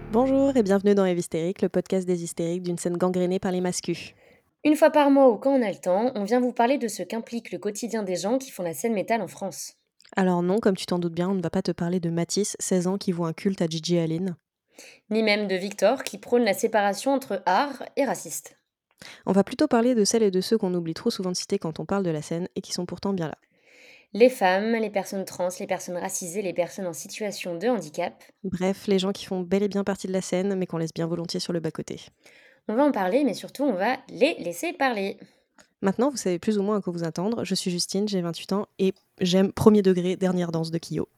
Bonjour et bienvenue dans Eve Hystérique, le podcast des hystériques d'une scène gangrénée par les mascus. Une fois par mois ou quand on a le temps, on vient vous parler de ce qu'implique le quotidien des gens qui font la scène métal en France. Alors non, comme tu t'en doutes bien, on ne va pas te parler de Matisse, 16 ans, qui voue un culte à Gigi Allen. Ni même de Victor qui prône la séparation entre art et raciste. On va plutôt parler de celles et de ceux qu'on oublie trop souvent de citer quand on parle de la scène et qui sont pourtant bien là. Les femmes, les personnes trans, les personnes racisées, les personnes en situation de handicap. Bref, les gens qui font bel et bien partie de la scène, mais qu'on laisse bien volontiers sur le bas-côté. On va en parler, mais surtout on va les laisser parler. Maintenant, vous savez plus ou moins à quoi vous attendre. Je suis Justine, j'ai 28 ans et j'aime premier degré dernière danse de Kyo.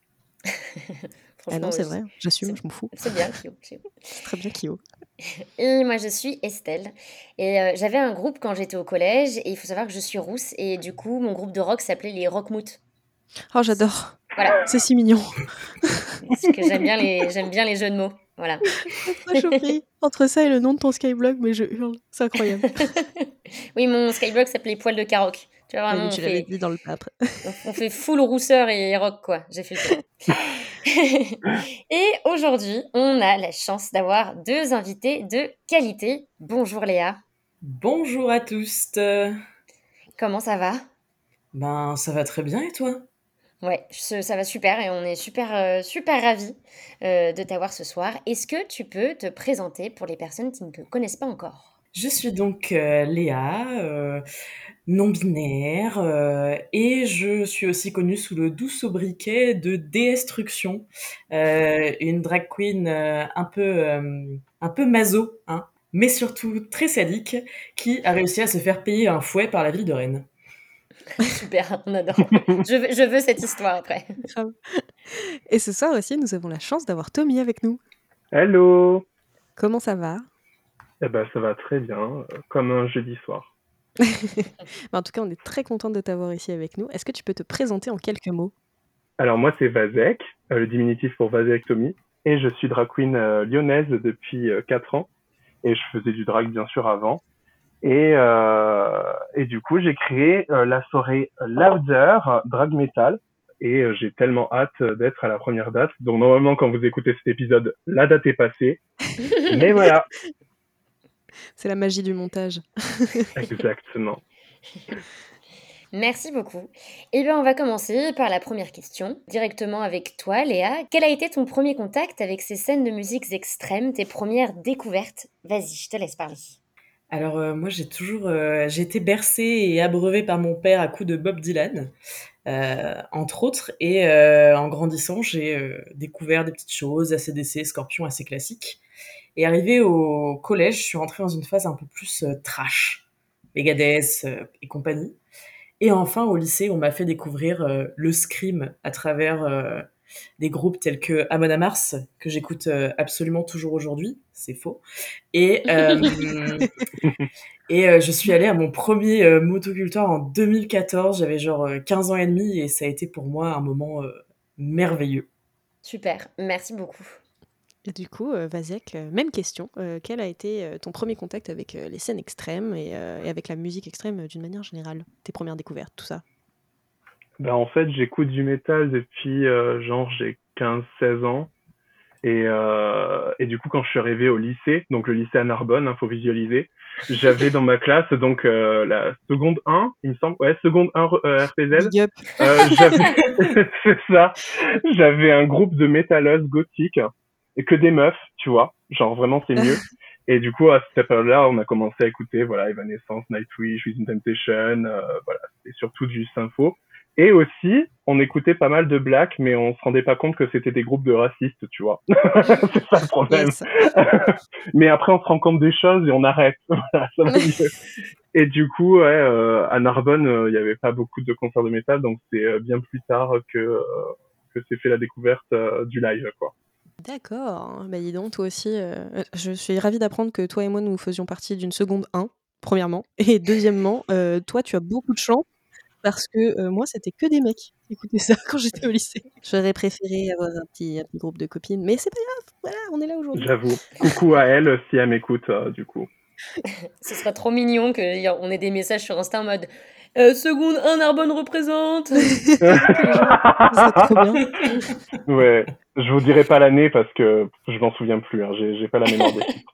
Ah non, Franchement, c'est vrai, j'assume, c'est je m'en fous. c'est bien, Kyo. C'est très bien Kyo. Et moi je suis Estelle. Et j'avais un groupe quand j'étais au collège, et il faut savoir que je suis rousse, et du coup mon groupe de rock s'appelait les Rockmout. Oh, j'adore. Voilà, C'est si mignon. parce que j'aime bien les jeux de mots. Voilà. Ça me ferait choquer. Entre ça et le nom de ton skyblock, mais je hurle. C'est incroyable. Oui, mon skyblock s'appelait Poil de Caroc. Tu vois, Oui, vraiment, mais tu l'avais dit dans le pape. on fait full rousseur et rock, quoi. J'ai fait le tour. Et aujourd'hui, on a la chance d'avoir 2 invités de qualité. Bonjour Léa, Bonjour à tous. comment ça va? Ben, ça va très bien et toi? Ouais, ça va super et on est super ravis, de t'avoir ce soir. Est-ce que tu peux te présenter pour les personnes qui ne te connaissent pas encore? Je suis donc Léa, non-binaire, et je suis aussi connue sous le doux sobriquet de Destruction, une drag queen un peu maso, hein, mais surtout très sadique, qui a réussi à se faire payer un fouet par la ville de Rennes. Super, on adore. Je veux cette histoire après. Grave. Et ce soir aussi, nous avons la chance d'avoir Tommy avec nous. Hello! Comment ça va? Eh ben, ça va très bien, comme un jeudi soir. En tout cas, on est très contente de t'avoir ici avec nous. Est-ce que tu peux te présenter en quelques mots? Alors moi, c'est Vasek, le diminutif pour vasectomie, et je suis drag queen lyonnaise depuis 4 ans, et je faisais du drag bien sûr avant. Et du coup, j'ai créé la soirée Louder Drag Metal, et j'ai tellement hâte d'être à la première date. Donc normalement, quand vous écoutez cet épisode, la date est passée, mais voilà, C'est la magie du montage. exactement. Merci beaucoup. Eh bien, on va commencer par la première question, directement avec toi, Léa. Quel a été ton premier contact avec ces scènes de musiques extrêmes, tes premières découvertes? Vas-y, je te laisse parler. Alors moi j'ai été bercée et abreuvée par mon père à coups de Bob Dylan, entre autres, et en grandissant j'ai découvert des petites choses, AC/DC, Scorpions, assez classiques. Et arrivée au collège, je suis rentrée dans une phase un peu plus trash, Megadeth et compagnie. Et enfin au lycée, on m'a fait découvrir le scream à travers des groupes tels que Amon Amarth, que j'écoute absolument toujours aujourd'hui, c'est faux. Et, je suis allée à mon premier motoculteur en 2014, j'avais genre 15 ans et demi, et ça a été pour moi un moment merveilleux. Super, merci beaucoup. Et du coup, Vasek, même question. Quel a été ton premier contact avec les scènes extrêmes et avec la musique extrême d'une manière générale? Tes premières découvertes, tout ça. Ben, en fait, j'écoute du métal depuis genre j'ai 15-16 ans. Et du coup, quand je suis arrivé au lycée, donc le lycée à Narbonne, faut visualiser, j'avais dans ma classe donc la seconde 1, il me semble, ouais, seconde 1 RPZ. Big up. J'avais, c'est ça, j'avais un groupe de métalleuses gothiques et que des meufs, tu vois, genre vraiment c'est mieux. Et du coup, à cette période-là, on a commencé à écouter, voilà, Evanescence, Nightwish, Within Temptation, voilà, et surtout du sympho. Et aussi, on écoutait pas mal de black, mais on se rendait pas compte que c'était des groupes de racistes, tu vois. C'est ça le problème. Yes. Mais après, on se rend compte des choses et on arrête. Voilà, ça va mieux. Et du coup, ouais, à Narbonne, il y avait pas beaucoup de concerts de métal, donc c'est bien plus tard que s'est fait la découverte du live, quoi. D'accord. Bah dis donc, toi aussi, je suis ravie d'apprendre que toi et moi, nous faisions partie d'une seconde 1, premièrement. Et deuxièmement, toi, tu as beaucoup de chance parce que moi, c'était que des mecs qui écoutaient ça quand j'étais au lycée. J'aurais préféré avoir un petit groupe de copines, mais c'est pas grave, voilà, on est là aujourd'hui. J'avoue. Coucou à elle si elle m'écoute, du coup. Ce serait trop mignon qu'on ait des messages sur Insta en mode seconde 1 Narbonne représente. Que les gens, ça serait trop bien. Ouais. Je vous dirai pas l'année parce que je m'en souviens plus. Hein. J'ai pas la mémoire des titres.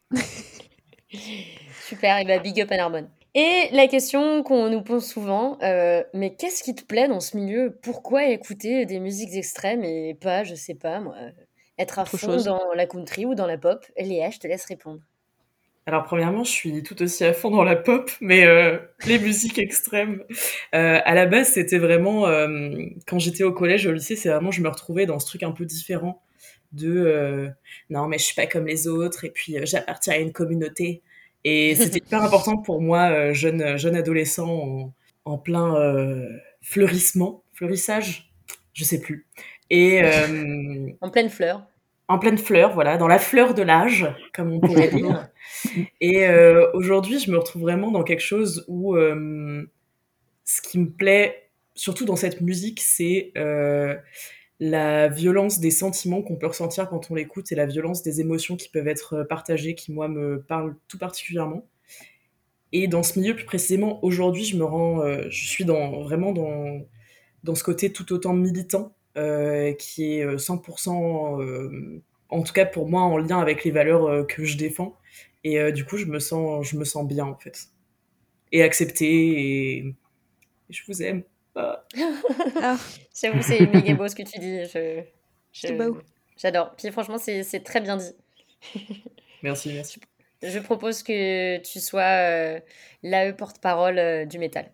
Super, et bah, big up à Narbonne. Et la question qu'on nous pose souvent, mais qu'est-ce qui te plaît dans ce milieu? Pourquoi écouter des musiques extrêmes et pas, je sais pas moi, être à Autre fond chose. dans la country ou dans la pop? Léa, je te laisse répondre. Alors premièrement, je suis tout aussi à fond dans la pop, mais les musiques extrêmes. À la base, c'était vraiment quand j'étais au collège, au lycée, c'est vraiment je me retrouvais dans ce truc un peu différent de non mais je suis pas comme les autres et puis j'appartiens à une communauté. Et c'était hyper important pour moi, jeune adolescent en plein fleurissage, je sais plus. Et En pleine fleur. en pleine fleur, voilà, dans la fleur de l'âge, comme on pourrait Trop beau. dire. Et aujourd'hui, je me retrouve vraiment dans quelque chose où ce qui me plaît, surtout dans cette musique, c'est la violence des sentiments qu'on peut ressentir quand on l'écoute et la violence des émotions qui peuvent être partagées, qui moi me parlent tout particulièrement. Et dans ce milieu, plus précisément, aujourd'hui, je suis vraiment dans ce côté tout autant militant, qui est 100%, en tout cas pour moi, en lien avec les valeurs que je défends. Et du coup, je me sens bien, en fait. Et acceptée, et je vous aime. Ah. Ah, J'avoue, c'est méga beau ce que tu dis. c'est beau. J'adore. Puis franchement, c'est très bien dit. Merci, merci. Je propose que tu sois l'AE porte-parole du métal.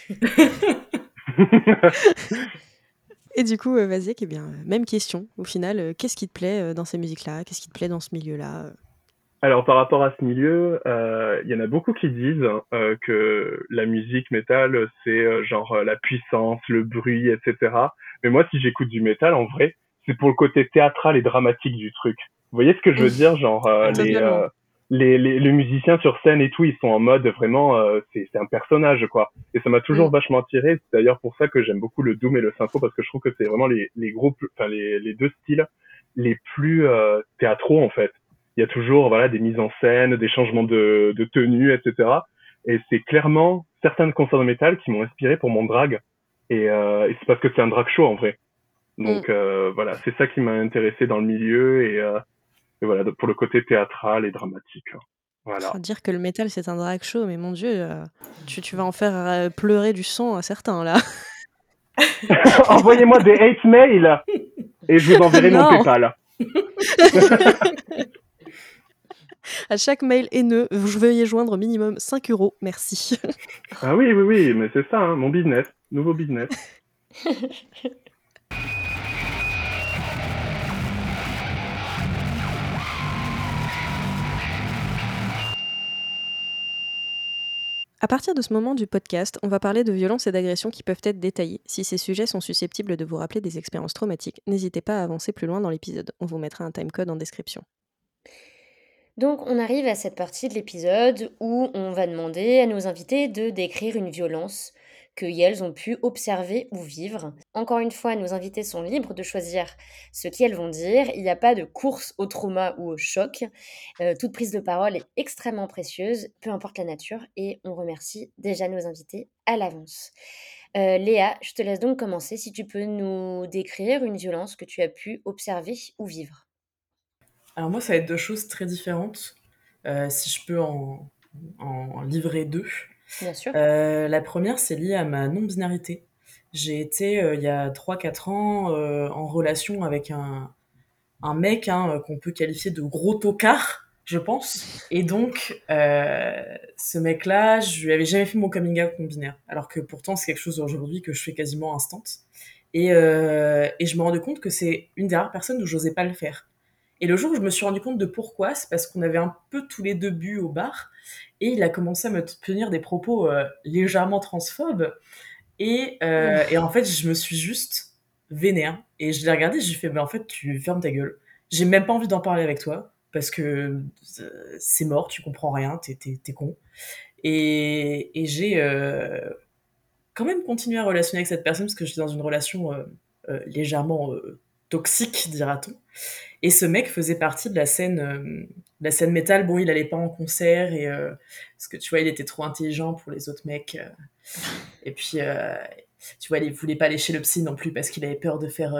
Et du coup, Vaziek, eh bien, même question. Au final, qu'est-ce qui te plaît dans ces musiques-là? Qu'est-ce qui te plaît dans ce milieu-là? Alors par rapport à ce milieu, il y en a beaucoup qui disent que la musique métal, c'est genre la puissance, le bruit, etc. Mais moi, si j'écoute du métal, en vrai, c'est pour le côté théâtral et dramatique du truc. Vous voyez ce que je veux dire? Genre Ah oui. Totalement. les musiciens sur scène et tout, ils sont en mode vraiment, c'est un personnage quoi. Et ça m'a toujours vachement attiré. C'est d'ailleurs pour ça que j'aime beaucoup le doom et le synthro parce que je trouve que c'est vraiment les groupes, enfin les deux styles les plus théâtraux en fait. Il y a toujours voilà des mises en scène, des changements de tenue, etc. Et c'est clairement certains concerts de métal qui m'ont inspiré pour mon drag. Et c'est parce que c'est un drag show en vrai. Donc voilà, c'est ça qui m'a intéressé dans le milieu et voilà pour le côté théâtral et dramatique. Voilà. Dire que le métal c'est un drag show, mais mon Dieu, tu vas en faire pleurer du sang à certains là. Envoyez-moi des hate mails et je vous enverrai mon Non. PayPal. À chaque mail haineux, je veuillez joindre minimum 5 €. Merci. Ah oui, oui, oui, mais c'est ça, hein, mon business, nouveau business. À partir de ce moment du podcast, on va parler de violences et d'agressions qui peuvent être détaillées. Si ces sujets sont susceptibles de vous rappeler des expériences traumatiques, n'hésitez pas à avancer plus loin dans l'épisode. On vous mettra un timecode en description. Donc, on arrive à cette partie de l'épisode où on va demander à nos invités de décrire une violence qu'elles ont pu observer ou vivre. Encore une fois, nos invités sont libres de choisir ce qu'elles vont dire. Il n'y a pas de course au trauma ou au choc. Toute prise de parole est extrêmement précieuse, peu importe la nature, et on remercie déjà nos invités à l'avance. Léa, je te laisse donc commencer. Si tu peux nous décrire une violence que tu as pu observer ou vivre. Alors moi, ça va être deux choses très différentes, si je peux en livrer deux. Bien sûr. La première, c'est lié à ma non-binarité. J'ai été, il y a 3-4 ans, en relation avec un mec qu'on peut qualifier de gros tocard, je pense. Et donc, ce mec-là, je lui avais jamais fait mon coming out non-binaire, alors que pourtant, c'est quelque chose aujourd'hui que je fais quasiment instant. Et je me rendais compte que c'est une des rares personnes où j'osais pas le faire. Et le jour où je me suis rendu compte de pourquoi, c'est parce qu'on avait un peu tous les deux bu au bar, et il a commencé à me tenir des propos légèrement transphobes, et en fait, je me suis juste vénère, et je l'ai regardé, j'ai fait, mais en fait, tu fermes ta gueule. J'ai même pas envie d'en parler avec toi, parce que c'est mort, tu comprends rien, t'es con. Et j'ai quand même continué à relationner avec cette personne, parce que j'étais dans une relation légèrement toxique, dira-t-on. Et ce mec faisait partie de la scène métal. Bon, il allait pas en concert parce que tu vois, il était trop intelligent pour les autres mecs. Et puis, tu vois, il voulait pas aller chez le psy non plus parce qu'il avait peur de faire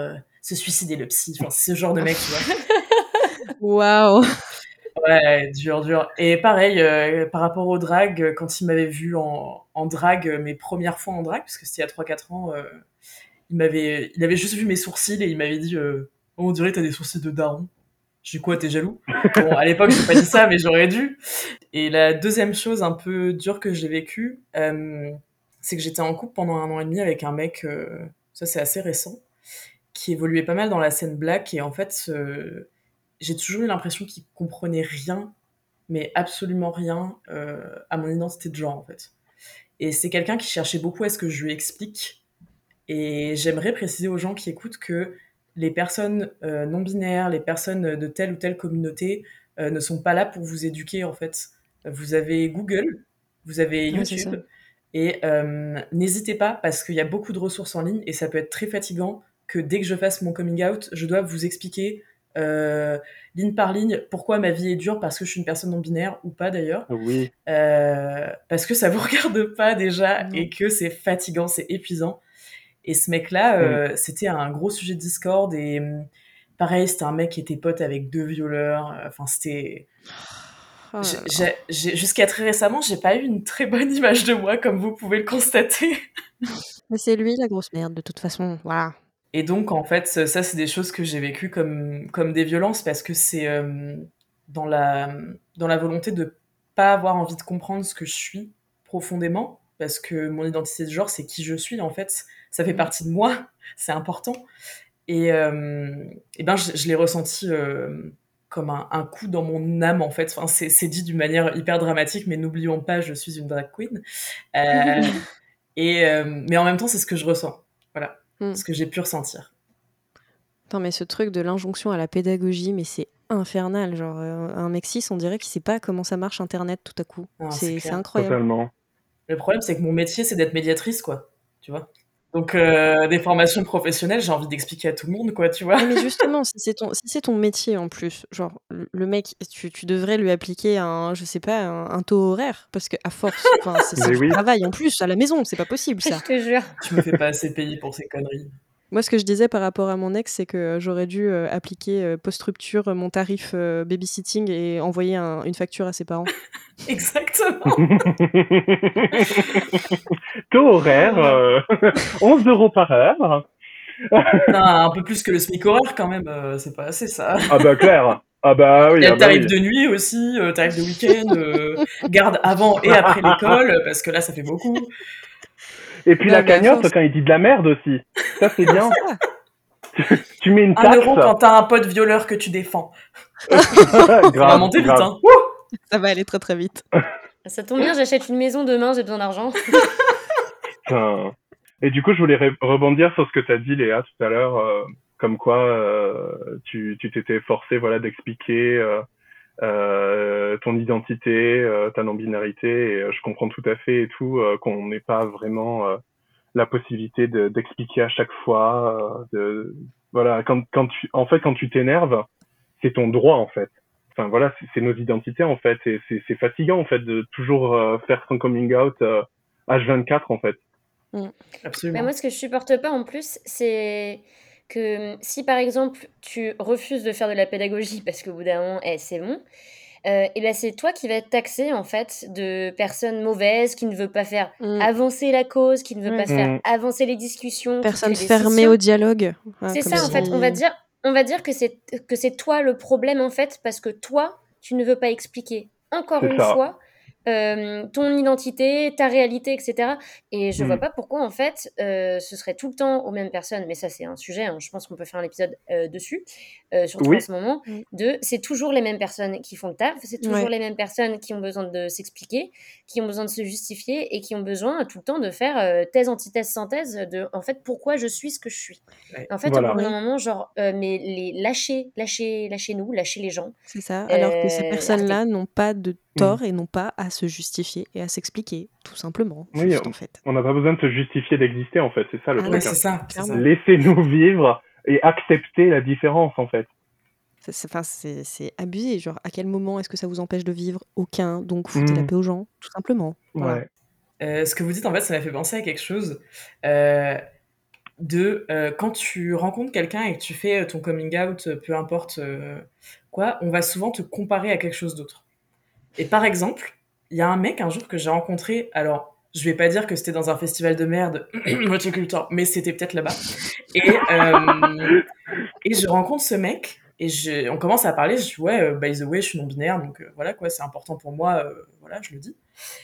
se suicider le psy. Enfin, c'est ce genre de mec, tu vois. Waouh! Ouais, dur, dur. Et pareil, par rapport au drag, quand il m'avait vu en drag, mes premières fois en drag, parce que c'était il y a 3-4 ans, il avait juste vu mes sourcils et il m'avait dit oh, on dirait que t'as des sourcils de daron. J'ai dit quoi, t'es jaloux? Bon, à l'époque, j'ai pas dit ça, mais j'aurais dû. Et la deuxième chose un peu dure que j'ai vécue, c'est que j'étais en couple pendant 1 an et demi avec un mec, ça c'est assez récent, qui évoluait pas mal dans la scène black et en fait, j'ai toujours eu l'impression qu'il comprenait rien, mais absolument rien, à mon identité de genre en fait. Et c'est quelqu'un qui cherchait beaucoup à ce que je lui explique. Et j'aimerais préciser aux gens qui écoutent que les personnes non binaires, les personnes de telle ou telle communauté ne sont pas là pour vous éduquer en fait. Vous avez Google, vous avez Ouais, c'est ça. YouTube, et n'hésitez pas parce qu'il y a beaucoup de ressources en ligne et ça peut être très fatigant que dès que je fasse mon coming out, je dois vous expliquer ligne par ligne pourquoi ma vie est dure parce que je suis une personne non binaire ou pas d'ailleurs. Oui. Parce que ça vous regarde pas déjà Non. et que c'est fatigant, c'est épuisant. Et ce mec-là, c'était un gros sujet de Discord et pareil, c'était un mec qui était pote avec 2 violeurs. Enfin, c'était... Oh là là. Jusqu'à très récemment, j'ai pas eu une très bonne image de moi, comme vous pouvez le constater. Mais c'est lui la grosse merde de toute façon, voilà. Et donc, en fait, ça, c'est des choses que j'ai vécues comme des violences parce que c'est dans la volonté de pas avoir envie de comprendre ce que je suis profondément, parce que mon identité de genre, c'est qui je suis, en fait. Ça fait partie de moi, c'est important. Et ben, je l'ai ressenti comme un coup dans mon âme, en fait. Enfin, c'est dit d'une manière hyper dramatique, mais n'oublions pas, je suis une drag queen. Mais en même temps, c'est ce que je ressens. Voilà, ce que j'ai pu ressentir. Non, mais ce truc de l'injonction à la pédagogie, mais c'est infernal. Genre, un mec cis, on dirait qu'il sait pas comment ça marche Internet tout à coup. Non, c'est C'est clair. incroyable. Totalement. Le problème, c'est que mon métier, c'est d'être médiatrice, quoi. Tu vois? Donc, des formations professionnelles, j'ai envie d'expliquer à tout le monde, quoi, tu vois? Mais justement, si c'est ton métier en plus, genre, le mec, tu devrais lui appliquer je sais pas, un taux horaire, parce qu'à force, enfin, c'est Mais du oui. travail en plus à la maison, c'est pas possible ça. Je te jure. Tu me fais pas assez payer pour ces conneries. Moi, ce que je disais par rapport à mon ex, c'est que j'aurais dû appliquer post-rupture mon tarif babysitting et envoyer une facture à ses parents. Exactement. Taux horaire, 11 € par heure. Non, un peu plus que le SMIC horaire quand même, c'est pas assez ça. Ah bah clair. Ah bah oui. Il y a Ah le bah tarif oui. de nuit aussi, tarif de week-end, garde avant et après l'école, parce que là, ça fait beaucoup. Et puis Non, la mais à cagnotte force. quand il dit de la merde aussi. Ça c'est bien. Tu mets une 1 taxe. euro quand t'as un pote violeur que tu défends. Grave, Ça va monter vite, grave. hein. Ça va aller très très vite. Ça tombe bien, j'achète une maison demain, j'ai besoin d'argent. Putain. Et du coup, je voulais rebondir sur ce que tu as dit, Léa, tout à l'heure, comme quoi tu t'étais forcé, voilà, d'expliquer ton identité, ta non-binarité, et je comprends tout à fait et tout qu'on n'ait pas vraiment la possibilité d'expliquer à chaque fois. Voilà, quand tu t'énerves, c'est ton droit en fait. Enfin voilà, c'est nos identités en fait, et c'est fatigant en fait de toujours faire son coming out H24 en fait. Mais Absolument. moi, ce que je supporte pas en plus, c'est que si par exemple tu refuses de faire de la pédagogie parce qu'au bout d'un moment, c'est bon, et ben c'est toi qui vas être taxé en fait de personne mauvaise qui ne veut pas faire avancer la cause, qui ne veut Ouais. pas faire avancer les discussions, qui Personne fait des fermée scissions. au dialogue. C'est Comme ça en fait. si- On va dire que c'est toi le problème en fait parce que toi tu ne veux pas expliquer. Encore C'est une ça. fois, ton identité, ta réalité, etc. Et je vois Mm. pas pourquoi en fait ce serait tout le temps aux mêmes personnes. Mais ça c'est un sujet. Hein, je pense qu'on peut faire un épisode dessus, surtout en Oui. ce moment. Mm. C'est toujours les mêmes personnes qui font le taf. C'est toujours Ouais. les mêmes personnes qui ont besoin de s'expliquer, qui ont besoin de se justifier et qui ont besoin tout le temps de faire thèse, antithèse, synthèse de en fait pourquoi je suis ce que je suis. Ouais. En fait, Voilà. au bout d'un Oui. moment, genre, mais lâchez-nous, lâchez les gens. C'est ça. Alors que ces Arrêtez. personnes-là n'ont pas de tort et n'ont pas à se justifier et à s'expliquer, tout simplement, Oui, juste en fait. on n'a pas besoin de se justifier d'exister en fait, c'est ça le Ah truc. Ouais, non, c'est ça. C'est ça. clairement. Laissez-nous vivre et accepter la différence en fait. C'est abusé. Genre, à quel moment est-ce que ça vous empêche de vivre? Aucun. Donc, foutez la paix aux gens, tout simplement. Voilà. Ouais. Ce que vous dites, en fait, ça m'a fait penser à quelque chose. quand tu rencontres quelqu'un et que tu fais ton coming out, peu importe quoi, on va souvent te comparer à quelque chose d'autre. Et par exemple, il y a un mec un jour que j'ai rencontré, alors je vais pas dire que c'était dans un festival de merde, horticulture, mais c'était peut-être là-bas. Et je rencontre ce mec, et on commence à parler, je dis ouais, by the way, je suis non-binaire, donc voilà quoi, c'est important pour moi, voilà, je le dis.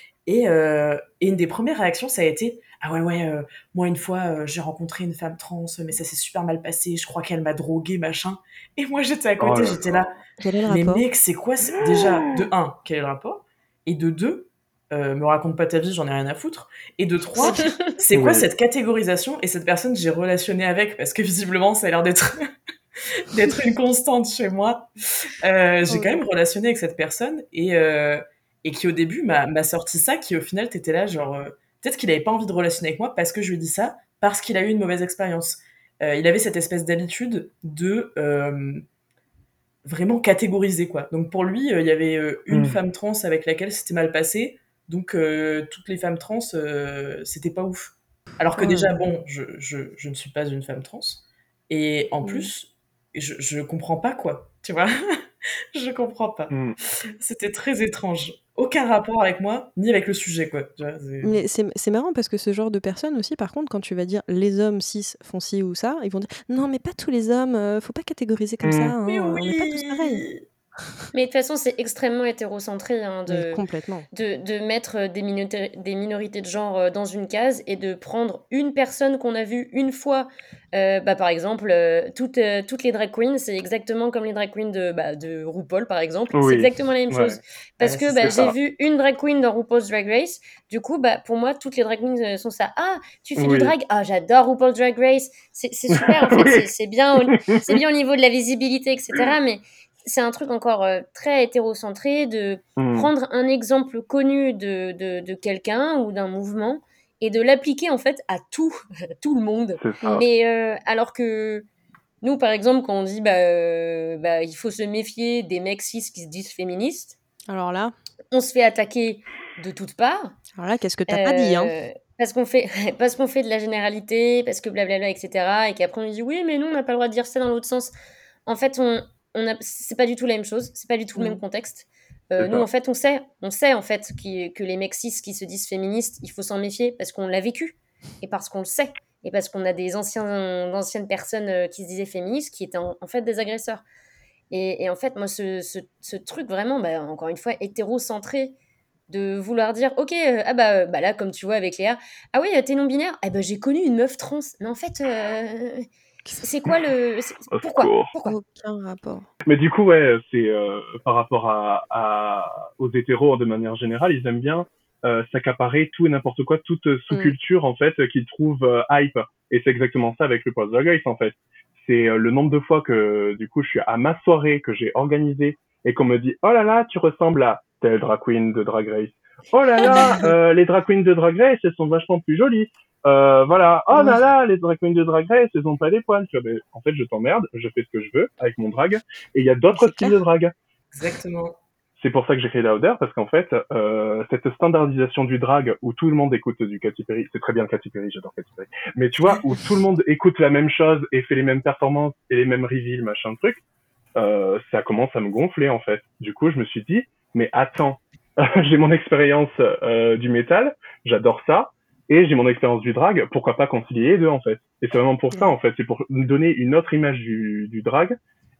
Et une des premières réactions, ça a été ah ouais, moi une fois j'ai rencontré une femme trans, mais ça s'est super mal passé, je crois qu'elle m'a drogué, machin. Et moi j'étais à Oh côté, là j'étais là. là, Quel est le mais rapport? mec, c'est quoi déjà, de un, quel est le rapport? Et de deux, me raconte pas ta vie, j'en ai rien à foutre. Et de trois, c'est quoi Oui. cette catégorisation? Et cette personne, j'ai relationné avec, parce que visiblement, ça a l'air d'être d'être une constante chez moi. J'ai quand même relationné avec cette personne et qui au début m'a sorti ça, qui au final t'étais là genre peut-être qu'il avait pas envie de relationner avec moi parce que je lui dis ça, parce qu'il a eu une mauvaise expérience. Il avait cette espèce d'habitude de vraiment catégoriser quoi. Donc pour lui, il y avait une femme trans avec laquelle c'était mal passé, donc toutes les femmes trans c'était pas ouf. Alors que Oh là déjà là. bon, je ne suis pas une femme trans et en plus je comprends pas quoi, tu vois. Je comprends pas. Mm. C'était très étrange. Aucun rapport avec moi, ni avec le sujet, quoi. Tu vois, Mais c'est marrant parce que ce genre de personnes aussi, par contre, quand tu vas dire les hommes cis font ci ou ça, ils vont dire non, mais pas tous les hommes, faut pas catégoriser comme ça, Mais on n'est pas tous pareils. oui! Mais de toute façon, c'est extrêmement hétérocentré hein, Mais complètement. de mettre des minorités de genre dans une case et de prendre une personne qu'on a vue une fois. Par exemple, toutes les drag queens, c'est exactement comme les drag queens de RuPaul, par exemple. C'est Oui. exactement la même Ouais. chose. Parce que C'est C'est j'ai ça. vu une drag queen dans RuPaul's Drag Race. Du coup, pour moi, toutes les drag queens sont ça. Ah, tu fais du Oui. drag? Ah, j'adore RuPaul's Drag Race. C'est super, en fait. Oui. C'est bien, c'est bien au niveau de la visibilité, etc. Mais c'est un truc encore très hétérocentré de Mm. prendre un exemple connu de quelqu'un ou d'un mouvement et de l'appliquer en fait à tout, tout le monde. C'est ça. Mais alors que nous, par exemple, quand on dit il faut se méfier des mecs cis qui se disent féministes, Alors là, on se fait attaquer de toutes parts. qu'est-ce que t'as pas dit, hein? Parce qu'on fait, parce qu'on fait de la généralité, parce que blablabla, etc. Et qu'après on nous dit oui, mais nous, on n'a pas le droit de dire ça dans l'autre sens. En fait, c'est pas du tout la même chose, c'est pas du tout le même Non. contexte. C'est Nous, ça. en fait, on sait en fait que les mecs cis qui se disent féministes, il faut s'en méfier parce qu'on l'a vécu et parce qu'on le sait et parce qu'on a d'anciennes personnes qui se disaient féministes qui étaient en fait des agresseurs. Et en fait, moi, ce truc vraiment, encore une fois, hétérocentré de vouloir dire ok là comme tu vois avec Léa ah oui t'es non binaire eh ben j'ai connu une meuf trans mais en fait c'est quoi Au pourquoi secours. Aucun rapport. Mais du coup, ouais, c'est par rapport aux hétéros de manière générale, ils aiment bien s'accaparer tout et n'importe quoi, toute sous-culture en fait qu'ils trouvent hype. Et c'est exactement ça avec le Post Drag Race en fait. C'est le nombre de fois que du coup je suis à ma soirée que j'ai organisée et qu'on me dit oh là là tu ressembles à telle drag queen de Drag Race. Oh là là les drag queens de Drag Race elles sont vachement plus jolies. Voilà. Oh là là, les drag queens de Drag Race, elles ont pas des poils. Tu vois, mais en fait, je t'emmerde, je fais ce que je veux avec mon drag. Et il y a d'autres C'est styles clair. de drag. Exactement. C'est pour ça que j'ai créé Louder, parce qu'en fait, cette standardisation du drag où tout le monde écoute du Katy Perry, c'est très bien Katy Perry, j'adore Katy Perry. Mais tu vois, où tout le monde écoute la même chose et fait les mêmes performances et les mêmes reveals, machin truc, ça commence à me gonfler en fait. Du coup, je me suis dit, mais attends, j'ai mon expérience du métal, j'adore ça, et j'ai mon expérience du drag, pourquoi pas concilier les deux en fait. Et c'est vraiment pour ça en fait, c'est pour me donner une autre image du drag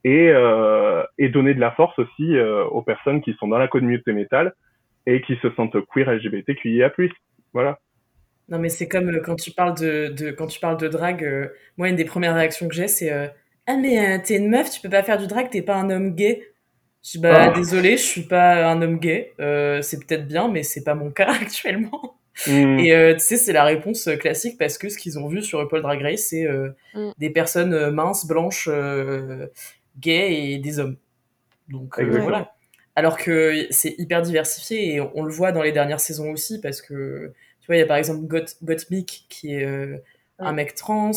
et donner de la force aussi aux personnes qui sont dans la communauté métal et qui se sentent queer LGBTQIA+. Voilà. Non, mais c'est comme quand tu parles quand tu parles de drague, moi, une des premières réactions que j'ai, c'est ah, mais t'es une meuf, tu peux pas faire du drag, t'es pas un homme gay. Je dis bah, Ah. désolé, je suis pas un homme gay. C'est peut-être bien, mais c'est pas mon cas actuellement. Mm. Et tu sais, c'est la réponse classique parce que ce qu'ils ont vu sur RuPaul Drag Race, c'est des personnes minces, blanches, gays et des hommes. Donc Exactement. voilà. Alors que c'est hyper diversifié et on le voit dans les dernières saisons aussi parce que tu vois, il y a par exemple Gottmik qui est un mec trans,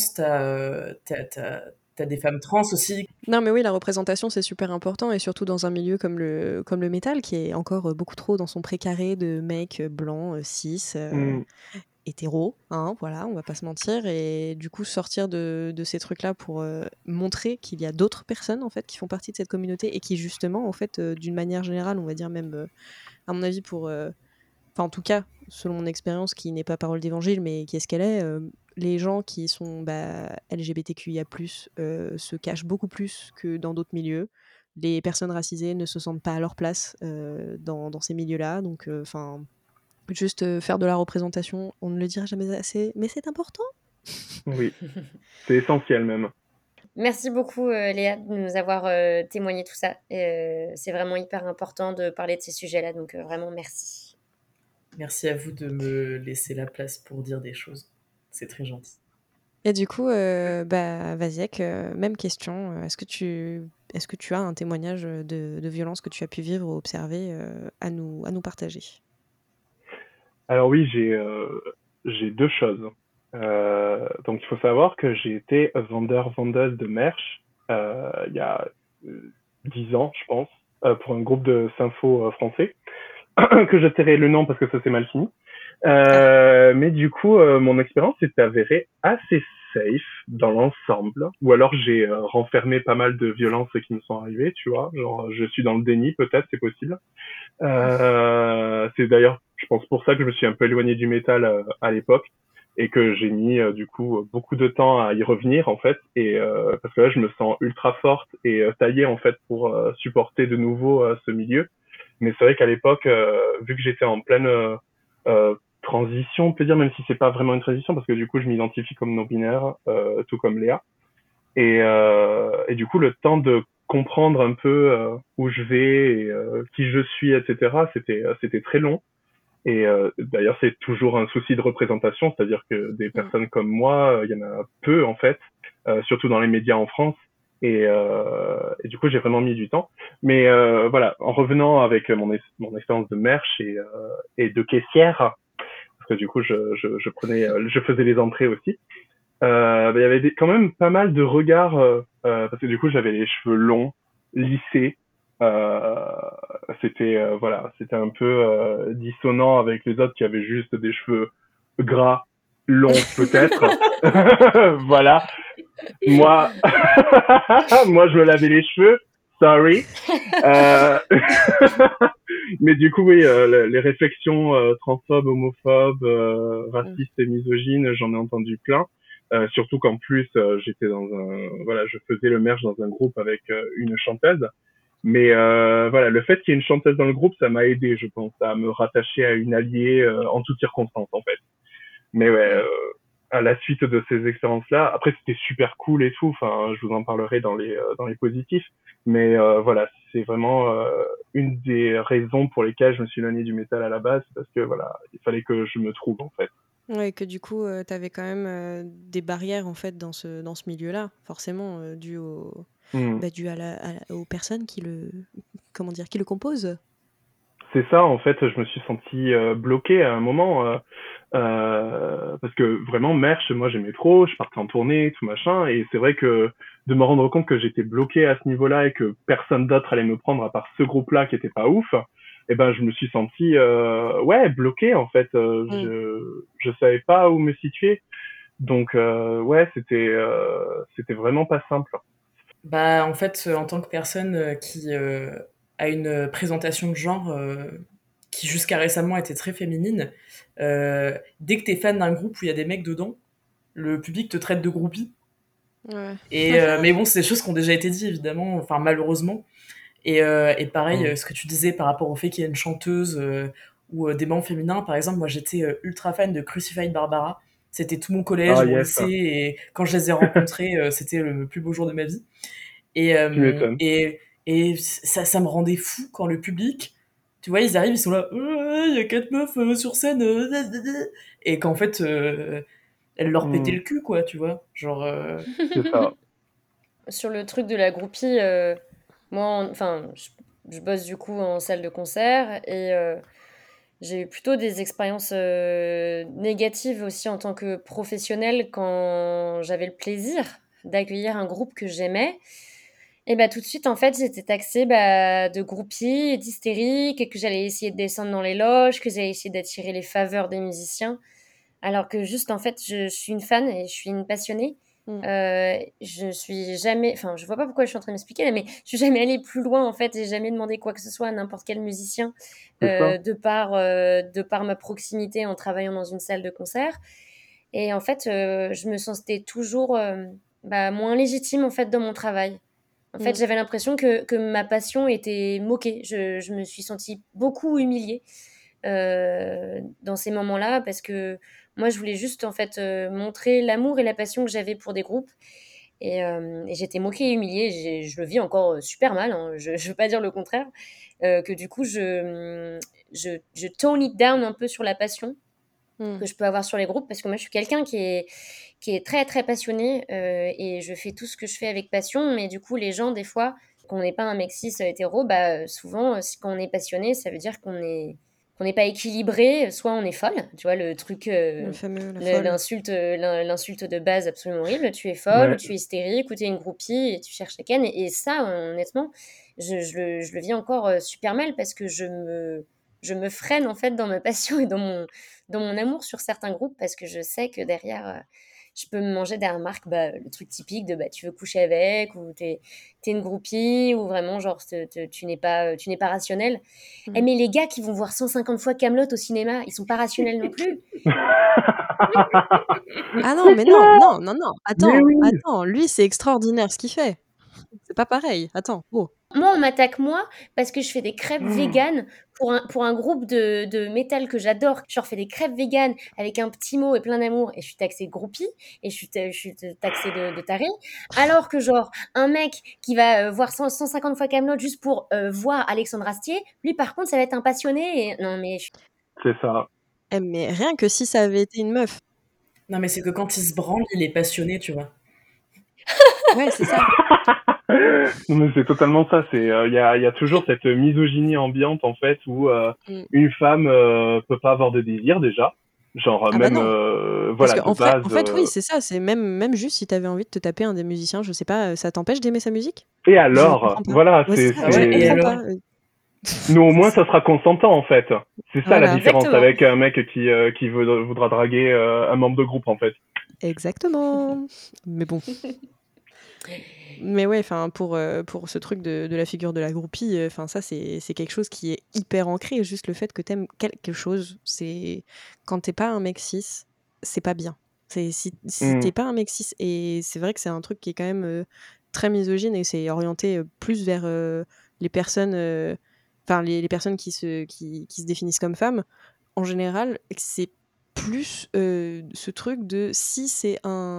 t'as des femmes trans aussi. Non, mais oui, la représentation, c'est super important, et surtout dans un milieu comme le métal, qui est encore beaucoup trop dans son précaré de mecs blancs, cis. Mm. hétéro, hein, voilà, on va pas se mentir, et du coup sortir de ces trucs-là pour montrer qu'il y a d'autres personnes en fait qui font partie de cette communauté et qui justement en fait d'une manière générale, on va dire même à mon avis pour enfin en tout cas selon mon expérience qui n'est pas parole d'évangile mais qui est ce qu'elle est, les gens qui sont LGBTQIA+, se cachent beaucoup plus que dans d'autres milieux. Les personnes racisées ne se sentent pas à leur place dans ces milieux-là, donc enfin juste faire de la représentation, on ne le dira jamais assez, mais c'est important. Oui, c'est essentiel même. Merci beaucoup, Léa, de nous avoir témoigné tout ça. C'est vraiment hyper important de parler de ces sujets-là, donc vraiment merci. Merci à vous de me laisser la place pour dire des choses. C'est très gentil. Et du coup, Vaziek, même question. Est-ce que tu as un témoignage de violence que tu as pu vivre ou observer à nous partager? Alors oui, j'ai deux choses. Donc il faut savoir que j'ai été vendeuse de merch il y a 10 ans, je pense, pour un groupe de Sympho français, que je tairai le nom parce que ça s'est mal fini. Mais du coup, mon expérience s'est avérée assez safe dans l'ensemble. Ou alors j'ai renfermé pas mal de violences qui me sont arrivées, tu vois. Genre, je suis dans le déni, peut-être, c'est possible. C'est d'ailleurs, je pense, pour ça que je me suis un peu éloigné du métal à l'époque et que j'ai mis du coup beaucoup de temps à y revenir en fait. Et parce que là, je me sens ultra forte et taillée en fait pour supporter de nouveau ce milieu. Mais c'est vrai qu'à l'époque, vu que j'étais en pleine transition, on peut dire, même si c'est pas vraiment une transition, parce que du coup, je m'identifie comme non-binaire, tout comme Léa. Et du coup, le temps de comprendre un peu où je vais, et, qui je suis, etc., c'était très long. Et d'ailleurs, c'est toujours un souci de représentation, c'est-à-dire que des personnes comme moi, il y en a peu en fait, surtout dans les médias en France. Et du coup, j'ai vraiment mis du temps. Mais voilà, en revenant avec mon expérience de merch et de caissière, parce que du coup, je prenais, je faisais les entrées aussi. Il y avait quand même pas mal de regards parce que du coup, j'avais les cheveux longs, lissés. Euh, c'était un peu dissonant avec les autres qui avaient juste des cheveux gras, longs peut-être. Voilà. Moi, moi, je me lavais les cheveux. Sorry. Euh... Mais du coup, oui, les réflexions transphobes, homophobes, racistes et misogynes, j'en ai entendu plein. Surtout qu'en plus, j'étais voilà, je faisais le merch dans un groupe avec une chanteuse. Mais voilà, le fait qu'il y ait une chanteuse dans le groupe, ça m'a aidé, je pense, à me rattacher à une alliée en toutes circonstances, en fait. Mais ouais, à la suite de ces expériences-là, après c'était super cool et tout. Enfin, je vous en parlerai dans les positifs. Mais voilà, c'est vraiment une des raisons pour lesquelles je me suis éloigné du métal à la base, parce que voilà, il fallait que je me trouve en fait. Ouais, que du coup, tu avais quand même des barrières en fait dans ce milieu-là, forcément, dû aux personnes comment dire, qui le composent. C'est ça, en fait, je me suis senti bloqué à un moment parce que vraiment merch, moi j'aimais trop, je partais en tournée, tout machin, et c'est vrai que de me rendre compte que j'étais bloqué à ce niveau-là et que personne d'autre allait me prendre à part ce groupe-là qui était pas ouf, et ben je me suis senti ouais bloqué en fait. Je savais pas où me situer, donc ouais c'était vraiment pas simple. Bah, en fait, en tant que personne qui a une présentation de genre qui jusqu'à récemment était très féminine, dès que t'es fan d'un groupe où il y a des mecs dedans, le public te traite de groupie. Ouais. Mais bon, c'est des choses qui ont déjà été dites, évidemment, enfin malheureusement. Et pareil, Mm. ce que tu disais par rapport au fait qu'il y a une chanteuse ou des membres féminins, par exemple, moi j'étais ultra fan de Crucified Barbara. C'était tout mon collège, Ah mon yes, lycée, et quand je les ai rencontrés, c'était le plus beau jour de ma vie. Et, tu euh, m'étonnes. et, et ça me rendait fou quand le public, tu vois, ils arrivent, ils sont là, il y a quatre meufs sur scène, et qu'en fait, elles leur pétaient Mm. le cul, quoi, tu vois. Genre, C'est ça. Sur le truc de la groupie, moi, enfin, je bosse du coup en salle de concert et j'ai eu plutôt des expériences négatives aussi en tant que professionnelle quand j'avais le plaisir d'accueillir un groupe que j'aimais. Et bah tout de suite, en fait, j'étais taxée de groupie et d'hystérique et que j'allais essayer de descendre dans les loges, que j'allais essayer d'attirer les faveurs des musiciens. Alors que juste, en fait, je suis une fan et je suis une passionnée. Mmh. Je suis jamais, enfin, je vois pas pourquoi je suis en train de m'expliquer là, mais je suis jamais allée plus loin en fait. J'ai jamais demandé quoi que ce soit à n'importe quel musicien, C'est ça. de par ma proximité en travaillant dans une salle de concert. Et en fait, je me sentais toujours moins légitime en fait dans mon travail. En fait, Mmh. j'avais l'impression que ma passion était moquée. Je me suis sentie beaucoup humiliée dans ces moments-là parce que moi, je voulais juste en fait montrer l'amour et la passion que j'avais pour des groupes. Et j'étais moquée et humiliée. Je le vis encore super mal, hein, je ne veux pas dire le contraire. Que du coup, je tone it down un peu sur la passion Mmh. que je peux avoir sur les groupes parce que moi, je suis quelqu'un qui est très, très passionné et je fais tout ce que je fais avec passion. Mais du coup, les gens, des fois, quand on n'est pas un mec cis hétéro, souvent, quand on est passionné, ça veut dire qu'on n'est pas équilibré, soit on est folle, tu vois, le truc, Le fameux, la folle. l'insulte de base absolument horrible, tu es folle ou Ouais. tu es hystérique ou tu es une groupie et tu cherches la canne. Et ça, honnêtement, je le vis encore super mal parce que je me freine en fait dans ma passion et dans mon amour sur certains groupes parce que je sais que derrière, je peux me manger des remarques, le truc typique de tu veux coucher avec ou t'es une groupie ou vraiment genre tu n'es pas rationnel. Eh Mmh. mais les gars qui vont voir 150 fois Camelot au cinéma, ils sont pas rationnels non plus. Ah non, C'est mais non, clair! non, non, non, Mais attends, oui! attends, lui, c'est extraordinaire ce qu'il fait. C'est pas pareil. Attends, oh. Moi, on m'attaque moi parce que je fais des crêpes véganes pour un groupe de métal que j'adore. Je leur fais des crêpes véganes avec un petit mot et plein d'amour et je suis taxée de groupie et je suis taxée de tarée. Alors que genre un mec qui va voir 150 fois Kaamelott juste pour voir Alexandre Astier, lui par contre ça va être un passionné. Et... Non mais C'est ça. Eh, mais rien que si ça avait été une meuf. Non, mais c'est que quand il se branle, il est passionné, tu vois. Ouais, c'est ça. Non, mais c'est totalement ça. Il y a toujours cette misogynie ambiante en fait où Mmh. une femme peut pas avoir de désir déjà, genre Ah bah même non, parce voilà de qu'en vrai base. en fait, oui, c'est ça, c'est même juste si tu avais envie de te taper un des musiciens, je sais pas, ça t'empêche d'aimer sa musique? Et Je alors, comprends pas. voilà, Ouais, c'est ça, Ah je ouais, et comprends alors? pas, nous au moins c'est ça sera consentant en fait. C'est ça la voilà, différence exactement. avec un mec qui voudra draguer un membre de groupe en fait. exactement. Mais bon. Mais ouais, enfin pour ce truc de la figure de la groupie, enfin ça c'est quelque chose qui est hyper ancré. Juste le fait que t'aimes quelque chose, c'est quand t'es pas un mec cis, c'est pas bien. C'est si Mm. tu pas un mec cis et c'est vrai que c'est un truc qui est quand même, très misogyne et c'est orienté, plus vers, les personnes, enfin les personnes qui se définissent comme femmes, en général, et que c'est plus, ce truc de si c'est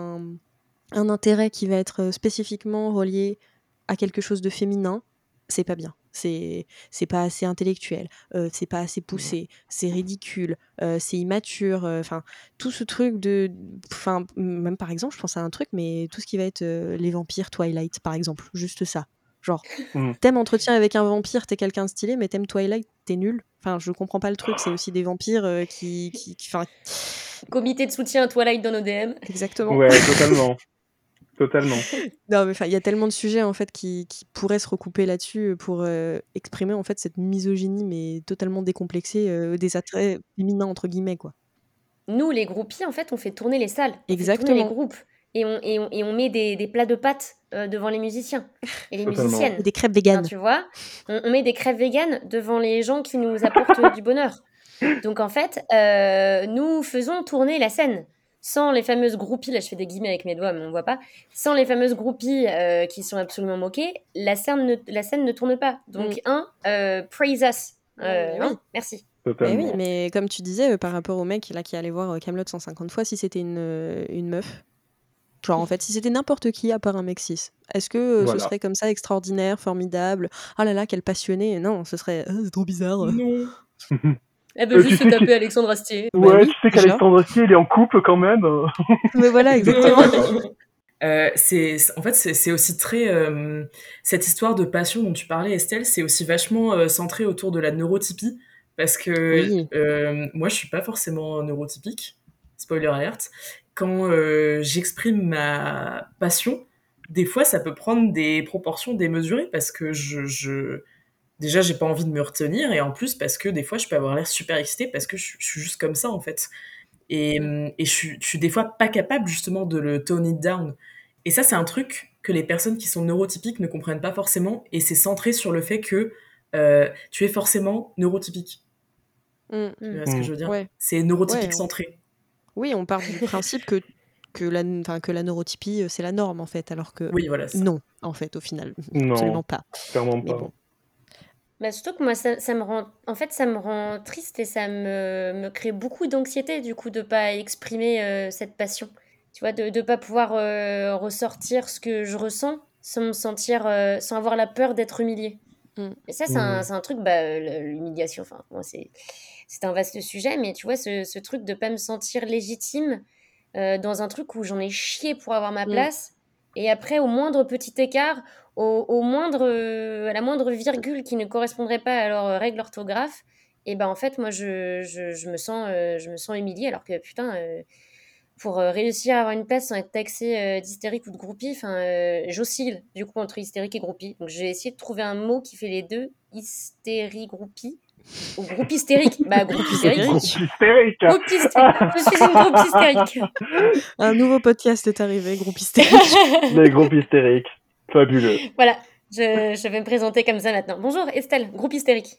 un intérêt qui va être spécifiquement relié à quelque chose de féminin, c'est pas bien. C'est pas assez intellectuel, c'est pas assez poussé, c'est ridicule, c'est immature, enfin tout ce truc de enfin même par exemple, je pense à un truc mais tout ce qui va être, les vampires Twilight par exemple, juste ça. Genre, Mm. t'aimes Entretien avec un vampire, t'es quelqu'un de stylé, mais t'aimes Twilight, t'es nul. Enfin, je comprends pas le truc, c'est aussi des vampires, enfin Comité de soutien à Twilight dans nos DM. exactement. Ouais, totalement, totalement. Non, mais enfin, il y a tellement de sujets en fait qui pourraient se recouper là-dessus pour exprimer en fait cette misogynie, mais totalement décomplexée des attraits féminins entre guillemets quoi. Nous, les groupies, en fait, on fait tourner les salles, on fait tourner les Exactement. groupes et on met des plats de pâtes devant les musiciens et les Totalement. Et musiciennes. des crêpes Enfin, véganes. tu vois, on met des crêpes véganes devant les gens qui nous apportent du bonheur. Donc en fait, nous faisons tourner la scène. Sans les fameuses groupies, là je fais des guillemets avec mes doigts mais on voit pas, sans les fameuses groupies qui sont absolument moquées, la scène ne tourne pas. Mmh. Donc praise us. Mais oui. Merci. Mais oui, Totalement. mais comme tu disais, par rapport au mec là qui allait voir Kaamelott 150 fois, si c'était une meuf, genre en fait, si c'était n'importe qui à part un mec cis, est-ce que, ce Voilà. serait comme ça extraordinaire, formidable? «Oh là là, quelle passionnée!» Non, ce serait: c'est trop bizarre». Non. Elle veut Tu juste se sais taper Alexandre Astier. Bah ouais, tu oui, sais déjà. qu'Alexandre Astier il est en couple quand même. Mais voilà, exactement. En fait, c'est aussi très cette histoire de passion dont tu parlais, Estelle, c'est aussi vachement centré autour de la neurotypie parce que Oui. moi, je suis pas forcément neurotypique. Spoiler alert. Quand j'exprime ma passion, des fois, ça peut prendre des proportions démesurées parce que déjà, j'ai pas envie de me retenir et en plus parce que des fois, je peux avoir l'air super excitée parce que je suis juste comme ça en fait. Et, Mmh. et je suis des fois pas capable justement de le tone it down. Et ça, c'est un truc que les personnes qui sont neurotypiques ne comprennent pas forcément. Et c'est centré sur le fait que tu es forcément neurotypique. Mmh. Tu Mmh. vois ce que Mmh. je veux dire? Ouais. C'est Ouais, neurotypique centré. oui, on part du principe que la neurotypie, c'est la norme, en fait, alors que Oui, voilà, c'est ça. non, en fait, au final, absolument Non, pas. clairement Mais pas. bon. Bah, surtout que moi, ça me rend, en fait, ça me rend triste et ça me crée beaucoup d'anxiété, du coup, de pas exprimer cette passion. Tu vois, de pas pouvoir ressortir ce que je ressens sans me sentir, sans avoir la peur d'être humiliée. Mmh. Et ça, Mmh. c'est un truc, bah, l'humiliation, enfin, moi, c'est un vaste sujet, mais tu vois, ce truc de pas me sentir légitime dans un truc où j'en ai chié pour avoir ma Mmh. place. Et après, au moindre petit écart, au moindre, à la moindre virgule qui ne correspondrait pas à leur règle orthographe, et ben en fait, moi, je me sens humiliée alors que putain, pour réussir à avoir une place sans être taxée d'hystérique ou de groupie, enfin, j'oscille du coup entre hystérique et groupie. Donc, j'ai essayé de trouver un mot qui fait les deux, hystérie, groupie, ou groupe hystérique. Bah, groupe Groupe hystérique. Groupe hystérique. hystérique. Groupe hystérique. Je suis une groupe hystérique. Un nouveau podcast est arrivé, groupe hystérique. Les groupes hystériques. Fabuleux. Voilà, je vais me présenter comme ça maintenant. Bonjour Estelle, groupe hystérique.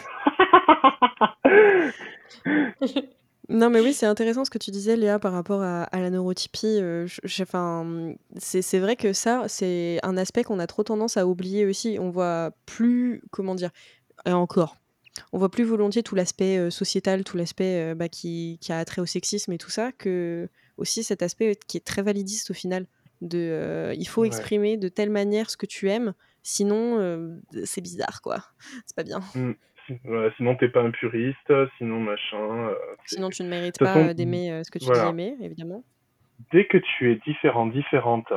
Non, mais oui, c'est intéressant ce que tu disais, Léa, par rapport à la neurotypie. Enfin, c'est vrai que ça, c'est un aspect qu'on a trop tendance à oublier aussi. On voit plus, comment dire, et encore, on voit plus volontiers tout l'aspect sociétal, tout l'aspect qui a trait au sexisme et tout ça, que aussi cet aspect qui est très validiste au final. Il faut Ouais. exprimer de telle manière ce que tu aimes, sinon c'est bizarre, quoi. C'est pas bien. Mm. Ouais, sinon, t'es pas un puriste, sinon machin. C'est... Sinon, tu ne mérites De toute façon, pas d'aimer ce que tu dis voilà. aimer, évidemment. Dès que tu es différente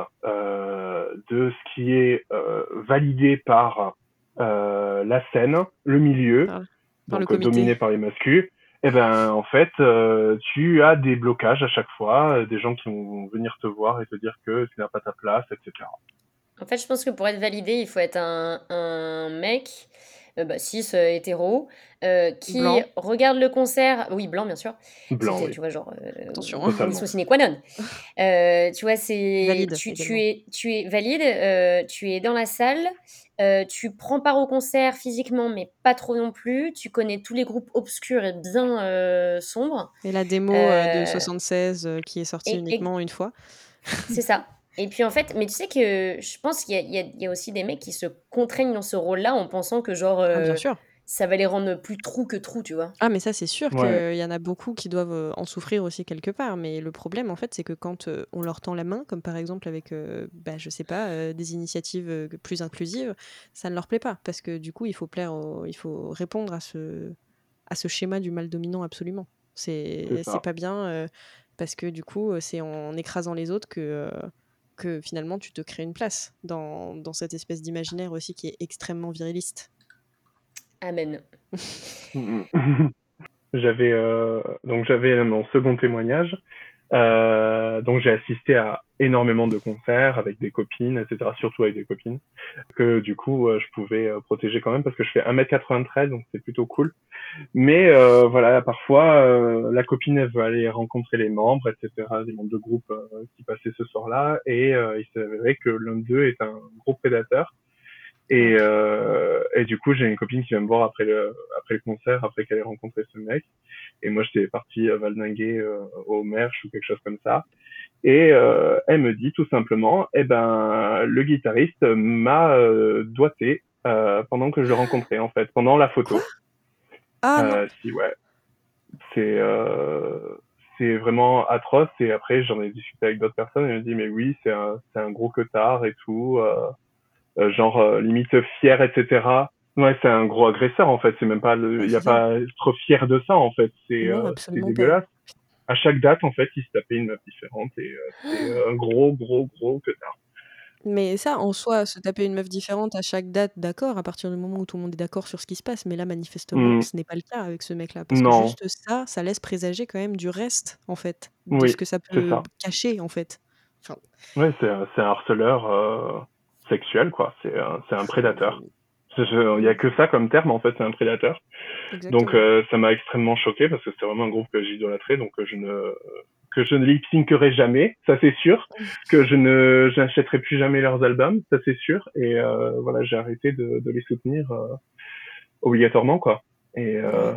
de ce qui est validé par la scène, le milieu, Par, par le donc comité. dominé par les masculins, eh ben en fait, tu as des blocages à chaque fois, des gens qui vont venir te voir et te dire que tu n'as pas ta place, etc. En fait, je pense que pour être validé, il faut être un mec, bah, cis, hétéro, qui Blanc, regarde le concert, oui, blanc bien sûr, Blanc, oui, tu vois, genre, attention, hein. totalement. condition sine qua non. Tu vois, Valide également. tu es valide, tu es dans la salle, tu prends part au concert physiquement, mais pas trop non plus. Tu connais tous les groupes obscurs et bien sombres. Et la démo de Euh, 76 qui est sortie et uniquement une fois. c'est ça. Et puis en fait, mais tu sais que je pense qu'il y a aussi des mecs qui se contraignent dans ce rôle-là en pensant que genre Ah, bien sûr. ça va les rendre plus trous que trous, tu vois. Ah, mais ça, c'est sûr Ouais, qu'il y en a beaucoup qui doivent en souffrir aussi quelque part. Mais le problème, en fait, c'est que quand on leur tend la main, comme par exemple avec, je sais pas, des initiatives plus inclusives, ça ne leur plaît pas. Parce que du coup, il faut répondre à ce schéma du mal dominant absolument. c'est C'est ça. pas bien parce que du coup, c'est en écrasant les autres que finalement tu te crées une place dans cette espèce d'imaginaire aussi qui est extrêmement viriliste. Amen. Mm, mm. J'avais mon second témoignage. Donc j'ai assisté à énormément de concerts avec des copines, etc. Surtout avec des copines que du coup je pouvais protéger quand même parce que je fais 1m93 donc c'est plutôt cool. Mais voilà, parfois la copine elle veut aller rencontrer les membres, etc. Les membres de groupe qui passaient ce soir-là et il s'avérait que l'un d'eux est un gros prédateur. Ah, Et du coup, j'ai une copine qui vient me voir après le concert, après qu'elle ait rencontré ce mec. Et moi, j'étais parti valdinguer au Merch ou quelque chose comme ça. Et elle me dit tout simplement, eh ben, le guitariste m'a doigté pendant que je le rencontrais, en fait, pendant la quoi? photo. Ah non. Si, ouais, c'est c'est vraiment atroce. Et après, j'en ai discuté avec d'autres personnes. Et elle me dit, mais oui, c'est un gros queutard et tout. Genre limite fier, etc. Ouais, c'est un gros agresseur en fait. C'est même pas Ouais, il y a c'est ça. pas à être fier de ça en fait. Non, C'était absolument pas. dégueulasse. À chaque date en fait, il se tapait une meuf différente et c'était un gros connard. Mais ça, en soi, se taper une meuf différente à chaque date, d'accord, à partir du moment où tout le monde est d'accord sur ce qui se passe. Mais là, manifestement, Mm, ce n'est pas le cas avec ce mec-là. Parce que non, juste ça, ça laisse présager quand même du reste, en fait, de ce oui, que ça c'est peut ça. cacher, en fait. Enfin, Ouais, c'est un harceleur sexuel quoi. C'est un pff, prédateur. Il y a que ça comme terme, en fait, c'est un prédateur. Donc, Exactement. ça m'a extrêmement choqué parce que c'est vraiment un groupe que j'idolâtrais, donc que je ne lip-syncerai jamais, ça c'est sûr, que je n'achèterai plus jamais leurs albums, ça c'est sûr, et voilà, j'ai arrêté de les soutenir obligatoirement, quoi. Et Ouais.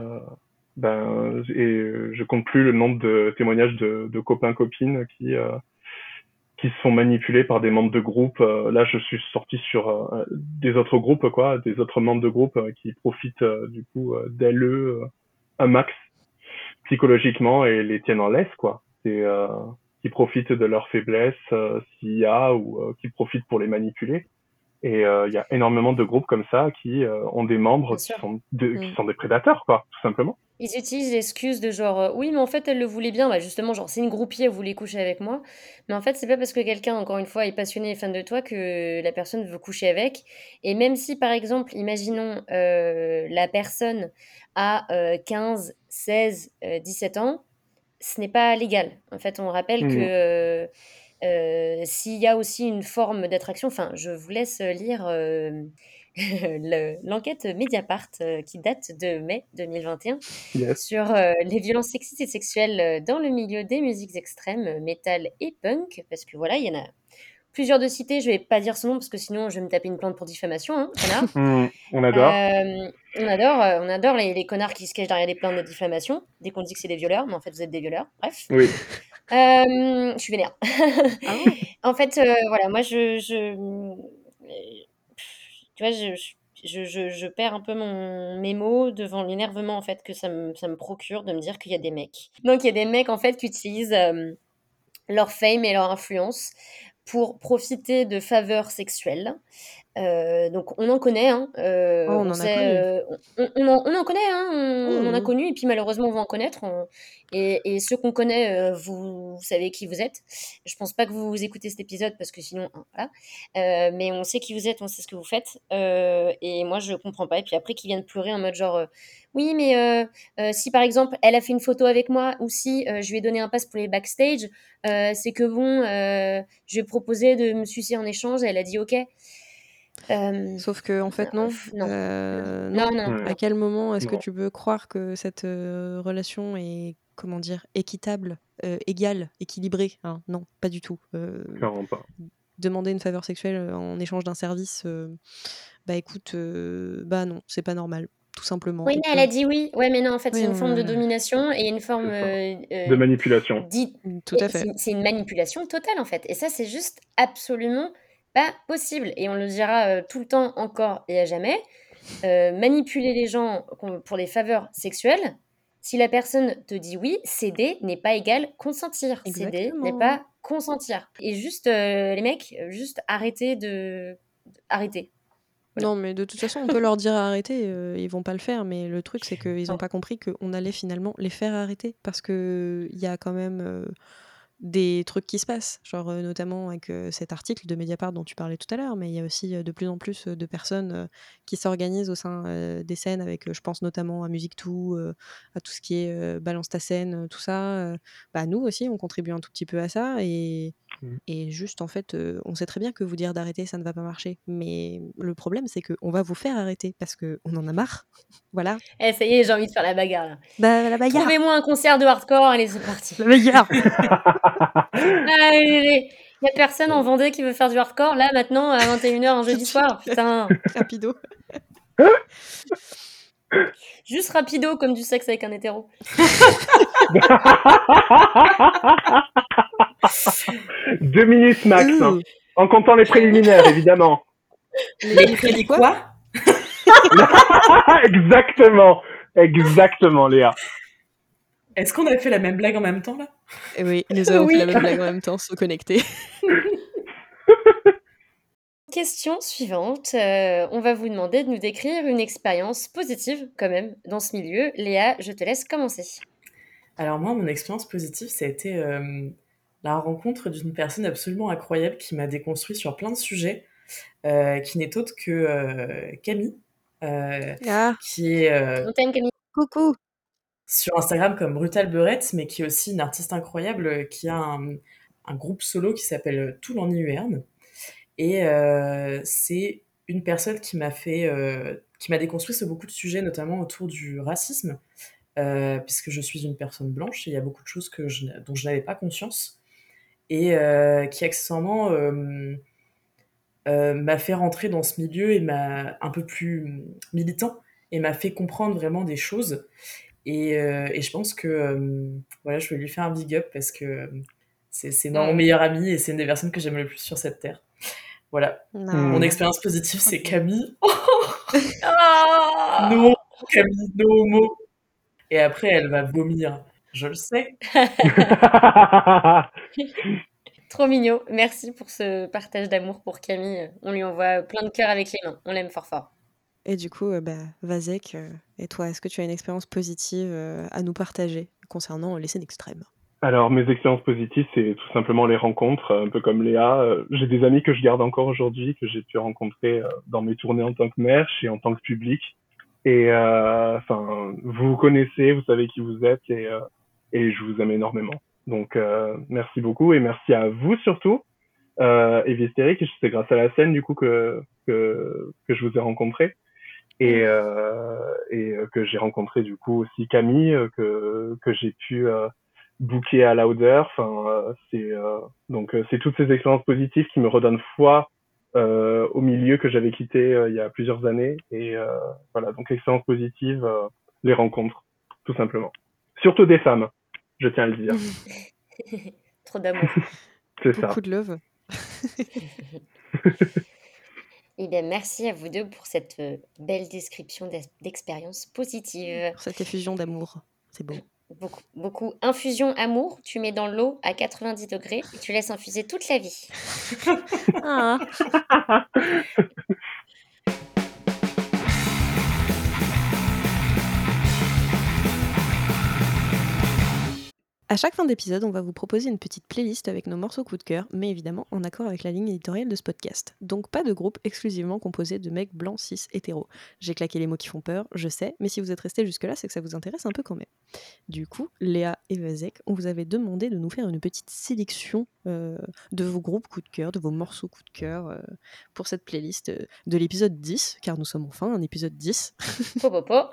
je compte plus le nombre de témoignages de copains copines qui se font manipuler par des membres de groupe. Là, je suis sorti sur des autres groupes, quoi, des autres membres de groupe qui profitent du coup d'LE un max psychologiquement et les tiennent en laisse, quoi. C'est qui profitent de leur faiblesse s'il y a ou qui profitent pour les manipuler. Et il y a énormément de groupes comme ça qui ont des membres Bien sûr. qui Mmh. sont des prédateurs, quoi, tout simplement. Ils utilisent l'excuse de genre, «Oui, mais en fait, elle le voulait bien». Bah, justement, genre, c'est une groupie, elle voulait coucher avec moi. Mais en fait, c'est pas parce que quelqu'un, encore une fois, est passionné et fan de toi que la personne veut coucher avec. Et même si, par exemple, imaginons, la personne a, 15, 16, 17 ans, ce n'est pas légal. En fait, on rappelle Mmh. que, s'il y a aussi une forme d'attraction, enfin, je vous laisse lire, l'enquête Mediapart, qui date de mai 2021 Yes. sur, les violences sexistes et sexuelles, dans le milieu des musiques extrêmes, métal et punk. Parce que voilà, il y en a plusieurs de cités, je vais pas dire son nom parce que sinon je vais me taper une plainte pour diffamation, hein, connard. On adore. On adore les connards qui se cachent derrière des plaintes de diffamation, dès qu'on dit que c'est des violeurs, mais en fait vous êtes des violeurs, bref. Oui. Je suis vénère. Ah bon? En fait, voilà, moi tu vois, je perds un peu mes mots devant l'énervement, en fait, que ça me procure de me dire qu'il y a des mecs. Donc il y a des mecs, en fait, qui utilisent, leur fame et leur influence pour profiter de faveurs sexuelles. Donc on en connaît, hein, Oh, on on en a connu. sait, on en connaît, hein, on en a Mmh. connu et puis malheureusement on va en connaître, et ceux qu'on connaît, vous savez qui vous êtes. Je pense pas que vous écoutez cet épisode parce que sinon, hein, voilà, mais on sait qui vous êtes, on sait ce que vous faites, et moi je comprends pas et puis après qu'ils viennent pleurer en mode genre, «Oui mais si par exemple elle a fait une photo avec moi ou si, je lui ai donné un pass pour les backstage, c'est que bon, je lui ai proposé de me sucer en échange et elle a dit OK». Sauf qu'en fait non. Non. Non, Non. non, Ouais. À non. quel moment est-ce que Non, tu peux croire que cette, relation est, comment dire, équitable, égale, équilibrée? Hein, non, pas du tout. clairement pas. Demander une faveur sexuelle, en échange d'un service, bah écoute, bah non, c'est pas normal, tout simplement. Oui, Et mais elle puis a dit oui. Ouais, mais non, en fait, c'est oui, une forme de domination et une forme, C'est ça. De manipulation. dite tout et à c'est fait. c'est une manipulation totale, en fait, et ça, c'est juste absolument pas possible et on le dira, tout le temps, encore et à jamais. Manipuler les gens pour des faveurs sexuelles, si la personne te dit oui, céder n'est pas égal consentir. Céder n'est Exactement. pas consentir et juste, les mecs, juste arrêtez. Voilà. Non, mais de toute façon, on peut leur dire: «Arrêtez», ils vont pas le faire, mais le truc, c'est qu'ils ont Enfin, pas compris qu'on allait finalement les faire arrêter parce qu'il y a quand même, des trucs qui se passent, genre, notamment avec, cet article de Mediapart dont tu parlais tout à l'heure, mais il y a aussi, de plus en plus, de personnes, qui s'organisent au sein, des scènes avec, je pense notamment à Musique2, à tout ce qui est, Balance ta scène, tout ça, bah, nous aussi on contribue un tout petit peu à ça Mmh. et juste en fait, on sait très bien que vous dire d'arrêter ça ne va pas marcher, mais le problème c'est qu'on va vous faire arrêter parce qu'on en a marre. Voilà. Eh, ça y est, j'ai envie de faire la bagarre, là. Bah, la bagarre! Trouvez-moi un concert de hardcore, allez, c'est La parti. bagarre! Allez, il y a personne en Vendée qui veut faire du hardcore, là, maintenant, à 21h un Tout de jeudi suite, soir? Putain. rapido. Juste rapido, comme du sexe avec un hétéro. 2 minutes max, hein. Ouh! En comptant les préliminaires, évidemment. Les prédis quoi? Exactement. Exactement, Léa. est-ce qu'on a fait la même blague en même temps là? Eh oui, nous avons fait Oui. la même blague en même temps, se connecter. Question suivante, on va vous demander de nous décrire une expérience positive, quand même, dans ce milieu. Léa, je te laisse commencer. Alors moi, mon expérience positive, ça a été la rencontre d'une personne absolument incroyable qui m'a déconstruit sur plein de sujets, qui n'est autre que Camille, euh, Ah, qui est On t'aime, Camille. coucou! sur Instagram comme Brutal Beurette, mais qui est aussi une artiste incroyable, qui a un groupe solo qui s'appelle Toul en IURN. Et c'est une personne qui m'a déconstruit sur beaucoup de sujets, notamment autour du racisme, puisque je suis une personne blanche et il y a beaucoup de choses dont je n'avais pas conscience et qui accessoirement m'a fait rentrer dans ce milieu et m'a un peu plus militant et m'a fait comprendre vraiment des choses. Et je pense que voilà, je vais lui faire un big up parce que c'est mon meilleur ami et c'est une des personnes que j'aime le plus sur cette terre. Voilà. Mon Non, expérience positive, trop c'est bien. Camille. Ah! No, Camille, no homo. Et après, elle va vomir. Je le sais. Trop mignon. Merci pour ce partage d'amour pour Camille. On lui envoie plein de cœurs avec les mains. On l'aime fort fort. Et du coup, Vasek, et toi, est-ce que tu as une expérience positive à nous partager concernant les scènes extrêmes? Alors, mes expériences positives, c'est tout simplement les rencontres, un peu comme Léa. J'ai des amis que je garde encore aujourd'hui, que j'ai pu rencontrer dans mes tournées en tant que merch et en tant que public. Et enfin, vous vous connaissez, vous savez qui vous êtes, et je vous aime énormément. Donc, merci beaucoup et merci à vous surtout, Evie Hystérique. C'est grâce à la scène du coup que je vous ai rencontré et que j'ai rencontré du coup aussi Camille que j'ai pu booker à Louder. Enfin, c'est toutes ces expériences positives qui me redonnent foi au milieu que j'avais quitté il y a plusieurs années. Et voilà, donc expériences positives, les rencontres, tout simplement. Surtout des femmes, je tiens à le dire. Trop d'amour. C'est ça. Beaucoup de love Eh bien, merci à vous deux pour cette belle description d'expérience positive. pour cette effusion d'amour. C'est beau. Beaucoup, beaucoup. Infusion amour, tu mets dans l'eau à 90 degrés et tu laisses infuser toute la vie. Ah. À chaque fin d'épisode, on va vous proposer une petite playlist avec nos morceaux coup de cœur, mais évidemment en accord avec la ligne éditoriale de ce podcast. Donc pas de groupe exclusivement composé de mecs blancs, cis, hétéros. J'ai claqué les mots qui font peur, je sais, mais si vous êtes restés jusque-là, c'est que ça vous intéresse un peu quand même. Du coup, Léa et Vasek, on vous avait demandé de nous faire une petite sélection de vos groupes coup de cœur, de vos morceaux coup de cœur pour cette playlist de l'épisode 10, car nous sommes enfin un épisode 10. Popopo.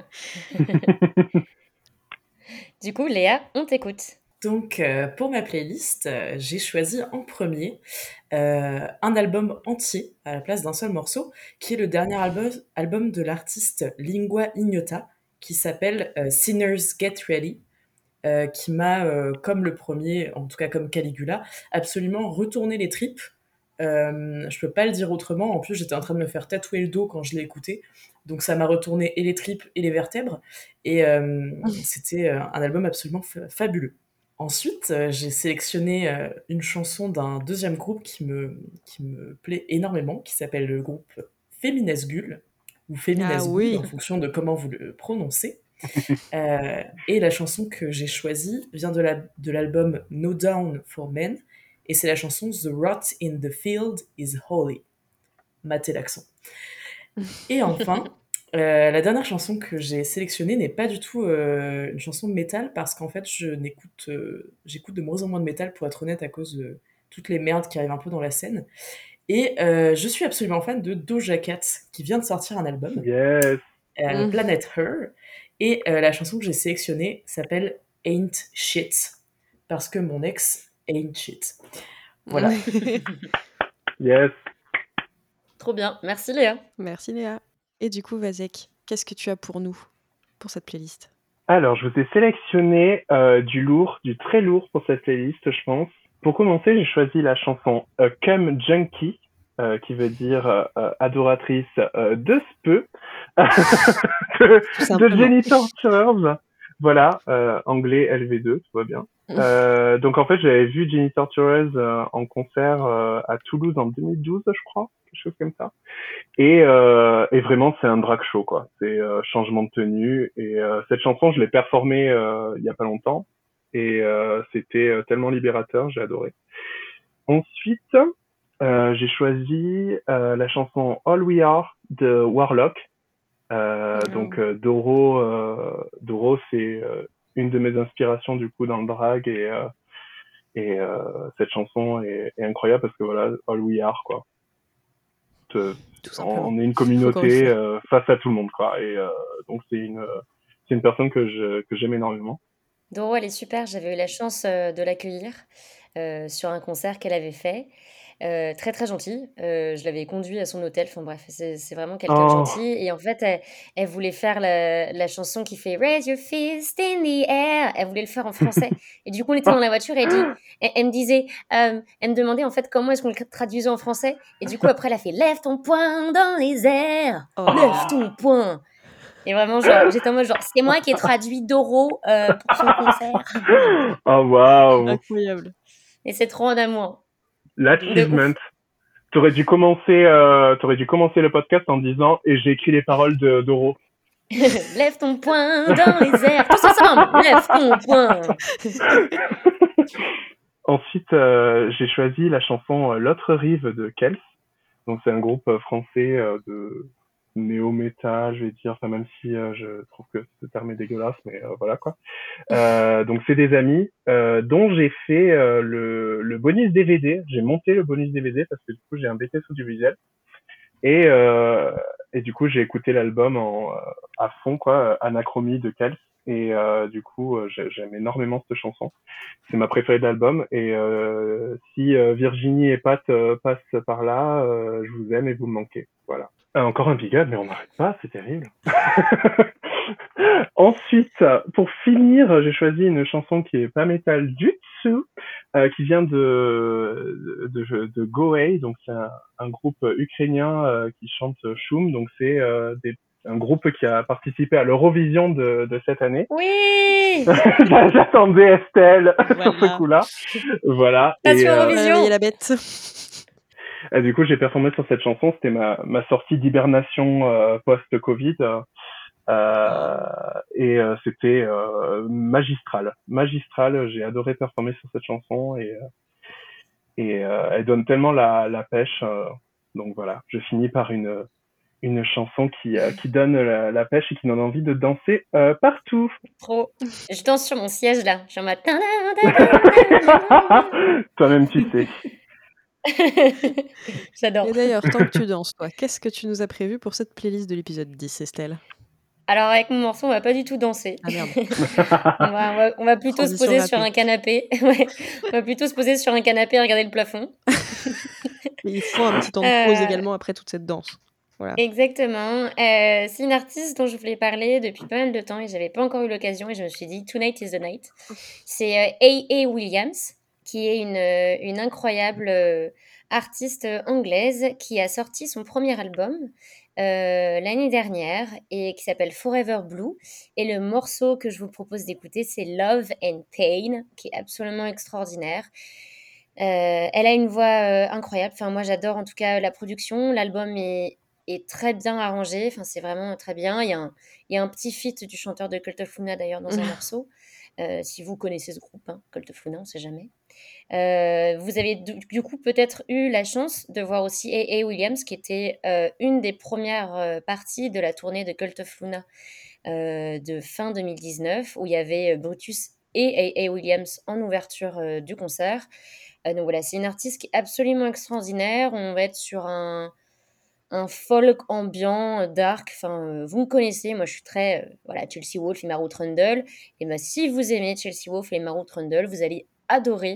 Du coup, Léa, on t'écoute. Donc, pour ma playlist, j'ai choisi en premier un album entier à la place d'un seul morceau, qui est le dernier album de l'artiste Lingua Ignota, qui s'appelle Sinners Get Ready, qui m'a, comme le premier, en tout cas comme Caligula, absolument retourné les tripes. Je peux pas le dire autrement. En plus, j'étais en train de me faire tatouer le dos quand je l'ai écouté. Donc ça m'a retourné et les tripes et les vertèbres. Et c'était un album absolument fabuleux. Ensuite, j'ai sélectionné une chanson d'un deuxième groupe qui me plaît énormément, qui s'appelle le groupe Féminesgul, ou Ah Féminesgul, en oui. fonction de comment vous le prononcez. Et la chanson que j'ai choisie vient de l'album No Down for Men, et c'est la chanson The Rot in the Field is Holy. Matez l'accent. Et enfin, la dernière chanson que j'ai sélectionnée n'est pas du tout une chanson de métal, parce qu'en fait, j'écoute de moins en moins de métal, pour être honnête, à cause de toutes les merdes qui arrivent un peu dans la scène. Et je suis absolument fan de Doja Cat, qui vient de sortir un album, Yes. Planet Her. Et la chanson que j'ai sélectionnée s'appelle Ain't Shit, parce que mon ex ain't shit. Voilà. Yes. Trop bien. Merci, Léa. Merci Léa. Et du coup, Vasek, qu'est-ce que tu as pour nous, pour cette playlist? Alors, je vous ai sélectionné du lourd, du très lourd pour cette playlist, je pense. Pour commencer, j'ai choisi la chanson Cum Junkie, qui veut dire adoratrice de speu, de Jenny Torturers. Voilà, anglais LV2, tout va bien. Donc en fait, j'avais vu Jenny Torturers en concert à Toulouse en 2012, je crois, quelque chose comme ça. Et vraiment, c'est un drag show, quoi. C'est changement de tenue. Et cette chanson, je l'ai performée il y a pas longtemps. Et c'était tellement libérateur, j'ai adoré. Ensuite, j'ai choisi la chanson All We Are de Warlock. Donc Doro, c'est une de mes inspirations du coup dans le drag et cette chanson est incroyable parce que voilà, All We Are, quoi. Tout on simplement. est une Encore une communauté fois. face à tout le monde, quoi. Et donc c'est une personne que j'aime énormément. Doro, elle est super, j'avais eu la chance, de l'accueillir, sur un concert qu'elle avait fait. Très, très gentille, je l'avais conduit à son hôtel, enfin bref, c'est vraiment quelqu'un de Oh, gentil et en fait, elle voulait faire la chanson qui fait «Raise your fist in the air», elle voulait le faire en français et du coup, on était dans la voiture et elle me disait, elle me demandait en fait comment est-ce qu'on le traduisait en français et du coup après elle a fait: «Lève ton poing dans les airs, lève Oh. ton poing». Et vraiment genre, j'étais en mode genre: «C'est moi qui ai traduit Doro, pour son concert» oh waouh, Incroyable. et c'est trop en amour. De l'achievement. ouf. T'aurais dû commencer le podcast en disant et j'ai écrit les paroles de Doro. Lève ton poing dans les airs, tous ensemble, lève ton poing. Ensuite, j'ai choisi la chanson L'autre rive de Kels. Donc c'est un groupe français de néo-métal, je vais dire, enfin, même si je trouve que ce terme est dégueulasse, mais voilà quoi. Donc c'est des amis dont j'ai fait le bonus DVD. J'ai monté le bonus DVD parce que du coup j'ai un BTS audiovisuel et euh, et du coup j'ai écouté l'album à fond quoi, Anachromie de Kels. Et du coup j'aime énormément cette chanson. C'est ma préférée de l'album. Et si Virginie et Pat passent par là, je vous aime et vous me manquez. Voilà. Encore un big up, mais on n'arrête pas, c'est terrible. Ensuite, pour finir, j'ai choisi une chanson qui est pas métal du tout, qui vient de Goei, donc c'est un groupe ukrainien qui chante Shum, donc c'est un groupe qui a participé à l'Eurovision de cette année. Oui! J'attendais Estelle sur ce Voilà. coup-là. Voilà. Passion On a réveillé Eurovision! la bête. Du coup, j'ai performé sur cette chanson. C'était ma sortie d'hibernation post-Covid. Euh, Oh. C'était magistral. Magistral. J'ai adoré performer sur cette chanson et elle donne tellement la pêche. Donc voilà, je finis par une chanson qui donne la pêche et qui donne envie de danser partout. Trop. Je danse sur mon siège là, je suis en mode Toi-même, tu sais. J'adore. Et d'ailleurs, tant que tu danses, toi, qu'est-ce que tu nous as prévu pour cette playlist de l'épisode 10, Estelle? Alors avec mon morceau, on va pas du tout danser. Ah merde. On va plutôt se Transition poser sur ratée. un canapé. Ouais, on va plutôt se poser sur un canapé et regarder le plafond. Mais il faut un petit temps de pause Heu, également après toute cette danse. Voilà. exactement, c'est une artiste dont je voulais parler depuis pas mal de temps et j'avais pas encore eu l'occasion et je me suis dit: «Tonight is the night». C'est, A. Williams, qui est une incroyable, artiste, anglaise qui a sorti son premier album, l'année dernière et qui s'appelle Forever Blue et le morceau que je vous propose d'écouter, c'est Love and Pain, qui est absolument extraordinaire. Elle a une voix, incroyable, enfin moi j'adore en tout cas la production. L'album est très bien arrangé, enfin c'est vraiment très bien. Il y a un petit feat du chanteur de Cult of Luna d'ailleurs dans un morceau, si vous connaissez ce groupe, hein, Cult of Luna, on sait jamais. Vous avez du coup peut-être eu la chance de voir aussi A. Williams qui était, une des premières parties de la tournée de Cult of Luna, de fin 2019 où il y avait, Brutus et A. Williams en ouverture, du concert. Donc voilà, c'est une artiste qui est absolument extraordinaire. On va être sur un folk ambiant, dark, enfin, vous me connaissez, moi je suis très, voilà, Chelsea Wolfe et Maru Trundle et bah, si vous aimez Chelsea Wolfe et Maru Trundle, vous allez adorer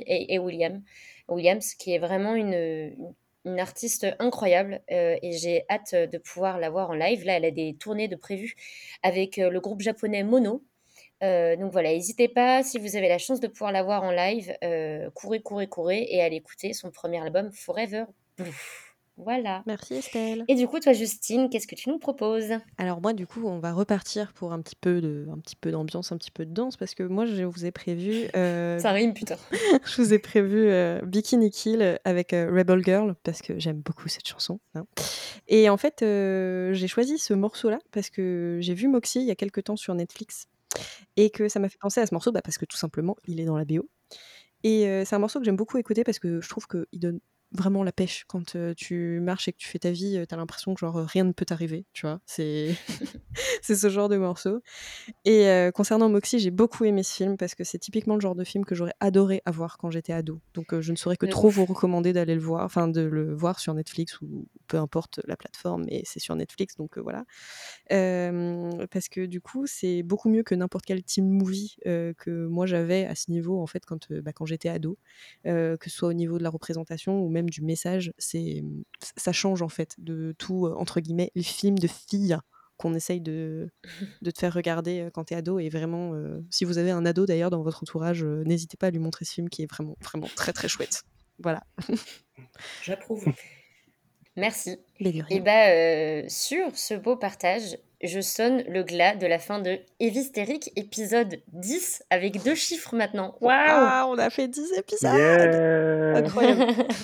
Williams qui est vraiment une artiste incroyable, et j'ai hâte, de pouvoir la voir en live. Là, elle a des tournées de prévues avec, le groupe japonais Mono, donc voilà, n'hésitez pas si vous avez la chance de pouvoir la voir en live, courez, courez, courez et allez écouter son premier album Forever Blue. Voilà. Merci Estelle. Et du coup, toi, Justine, qu'est-ce que tu nous proposes? Alors moi, du coup, on va repartir pour un petit peu d'ambiance, un petit peu de danse, parce que moi, je vous ai prévu, Ça rime, putain. je vous ai prévu Bikini Kill avec Rebel Girl, parce que j'aime beaucoup cette chanson, hein. Et en fait, j'ai choisi ce morceau-là parce que j'ai vu Moxie il y a quelque temps sur Netflix et que ça m'a fait penser à ce morceau, parce que tout simplement, il est dans la BO. Et c'est un morceau que j'aime beaucoup écouter parce que je trouve qu'il donne vraiment la pêche quand tu marches et que tu fais ta vie, t'as l'impression que genre rien ne peut t'arriver, tu vois. C'est c'est ce genre de morceau. Et concernant Moxie, j'ai beaucoup aimé ce film parce que c'est typiquement le genre de film que j'aurais adoré avoir quand j'étais ado. Donc je ne saurais que De trop vous ouf. recommander d'aller le voir, enfin de le voir sur Netflix ou peu importe la plateforme, mais c'est sur Netflix, donc voilà. Parce que du coup, c'est beaucoup mieux que n'importe quel teen movie que moi j'avais à ce niveau en fait quand j'étais ado, que ce soit au niveau de la représentation ou même du message. Ça change en fait de tout entre guillemets les films de filles qu'on essaye de te faire regarder quand t'es ado. Et vraiment, si vous avez un ado d'ailleurs dans votre entourage, n'hésitez pas à lui montrer ce film qui est vraiment, vraiment très très chouette. Voilà. J'approuve. Merci. Mais de Et rien. sur ce beau partage, je sonne le glas de la fin de Évistérique, épisode 10, avec 2 chiffres maintenant. Waouh! Ah, on a fait 10 épisodes! Yeah! Incroyable.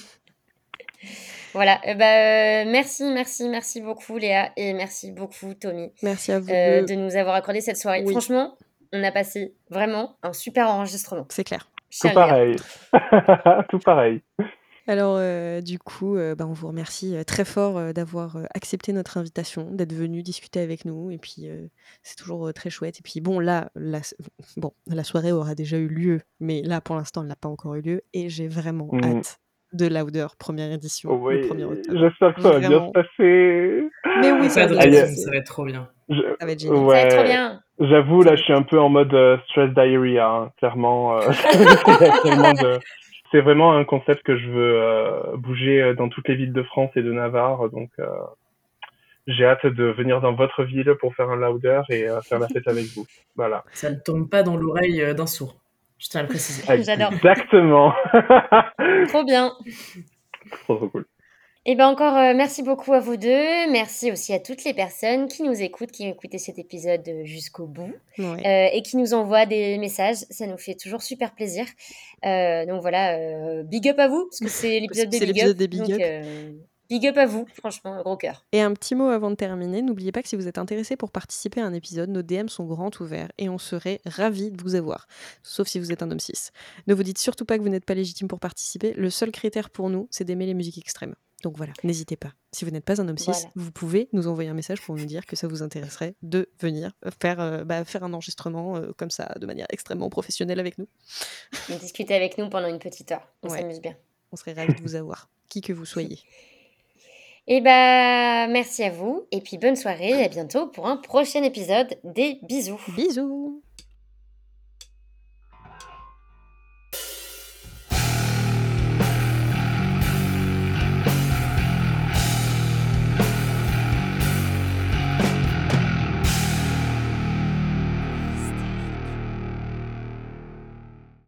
Voilà, merci beaucoup Léa et merci beaucoup Tommy Merci à vous deux. de nous avoir accordé cette soirée. Oui. Franchement, on a passé vraiment un super enregistrement. C'est clair. Je Tout tiens à le dire. pareil. Tout pareil. Alors, du coup, on vous remercie très fort d'avoir accepté notre invitation, d'être venu discuter avec nous. Et puis, c'est toujours très chouette. Et puis, bon, là, la soirée aura déjà eu lieu, mais là, pour l'instant, elle n'a pas encore eu lieu. Et j'ai vraiment hâte de Louder, première édition, le 1er Oui, octobre. j'espère que ça va bien se Vraiment. passer. Mais oui, ça Pas va de bien se Aïe, raison, passer. ça va être trop bien. Ça va être génial. Ça va être trop ouais, bien. j'avoue, Ça là, va je être suis un peu en mode stress diarrhea, hein, clairement. Il y a tellement de... C'est vraiment un concept que je veux bouger dans toutes les villes de France et de Navarre, donc j'ai hâte de venir dans votre ville pour faire un louder et faire la fête avec vous. Voilà. Ça ne tombe pas dans l'oreille d'un sourd. Je tiens à le préciser. J'adore. Exactement. Trop bien. Trop cool. Et encore merci beaucoup à vous deux. Merci aussi à toutes les personnes qui nous écoutent, qui ont écouté cet épisode jusqu'au bout Ouais. et qui nous envoient des messages. Ça nous fait toujours super plaisir. Donc voilà, big up à vous, parce que c'est l'épisode des C'est big l'épisode up. des big Donc up. big up à vous, franchement, gros cœur. Et un petit mot avant de terminer, n'oubliez pas que si vous êtes intéressé pour participer à un épisode, nos DM sont grands ouverts et on serait ravis de vous avoir, sauf si vous êtes un homme cis. Ne vous dites surtout pas que vous n'êtes pas légitime pour participer, le seul critère pour nous, c'est d'aimer les musiques extrêmes. Donc voilà, n'hésitez pas. Si vous n'êtes pas un homme cis, Voilà. vous pouvez nous envoyer un message pour nous dire que ça vous intéresserait de venir faire un enregistrement comme ça, de manière extrêmement professionnelle avec nous. Discutez avec nous pendant une petite heure, on Ouais. s'amuse bien. On serait ravis de vous avoir, qui que vous soyez. Et merci à vous, et puis bonne soirée, et à bientôt pour un prochain épisode. Des bisous. Bisous!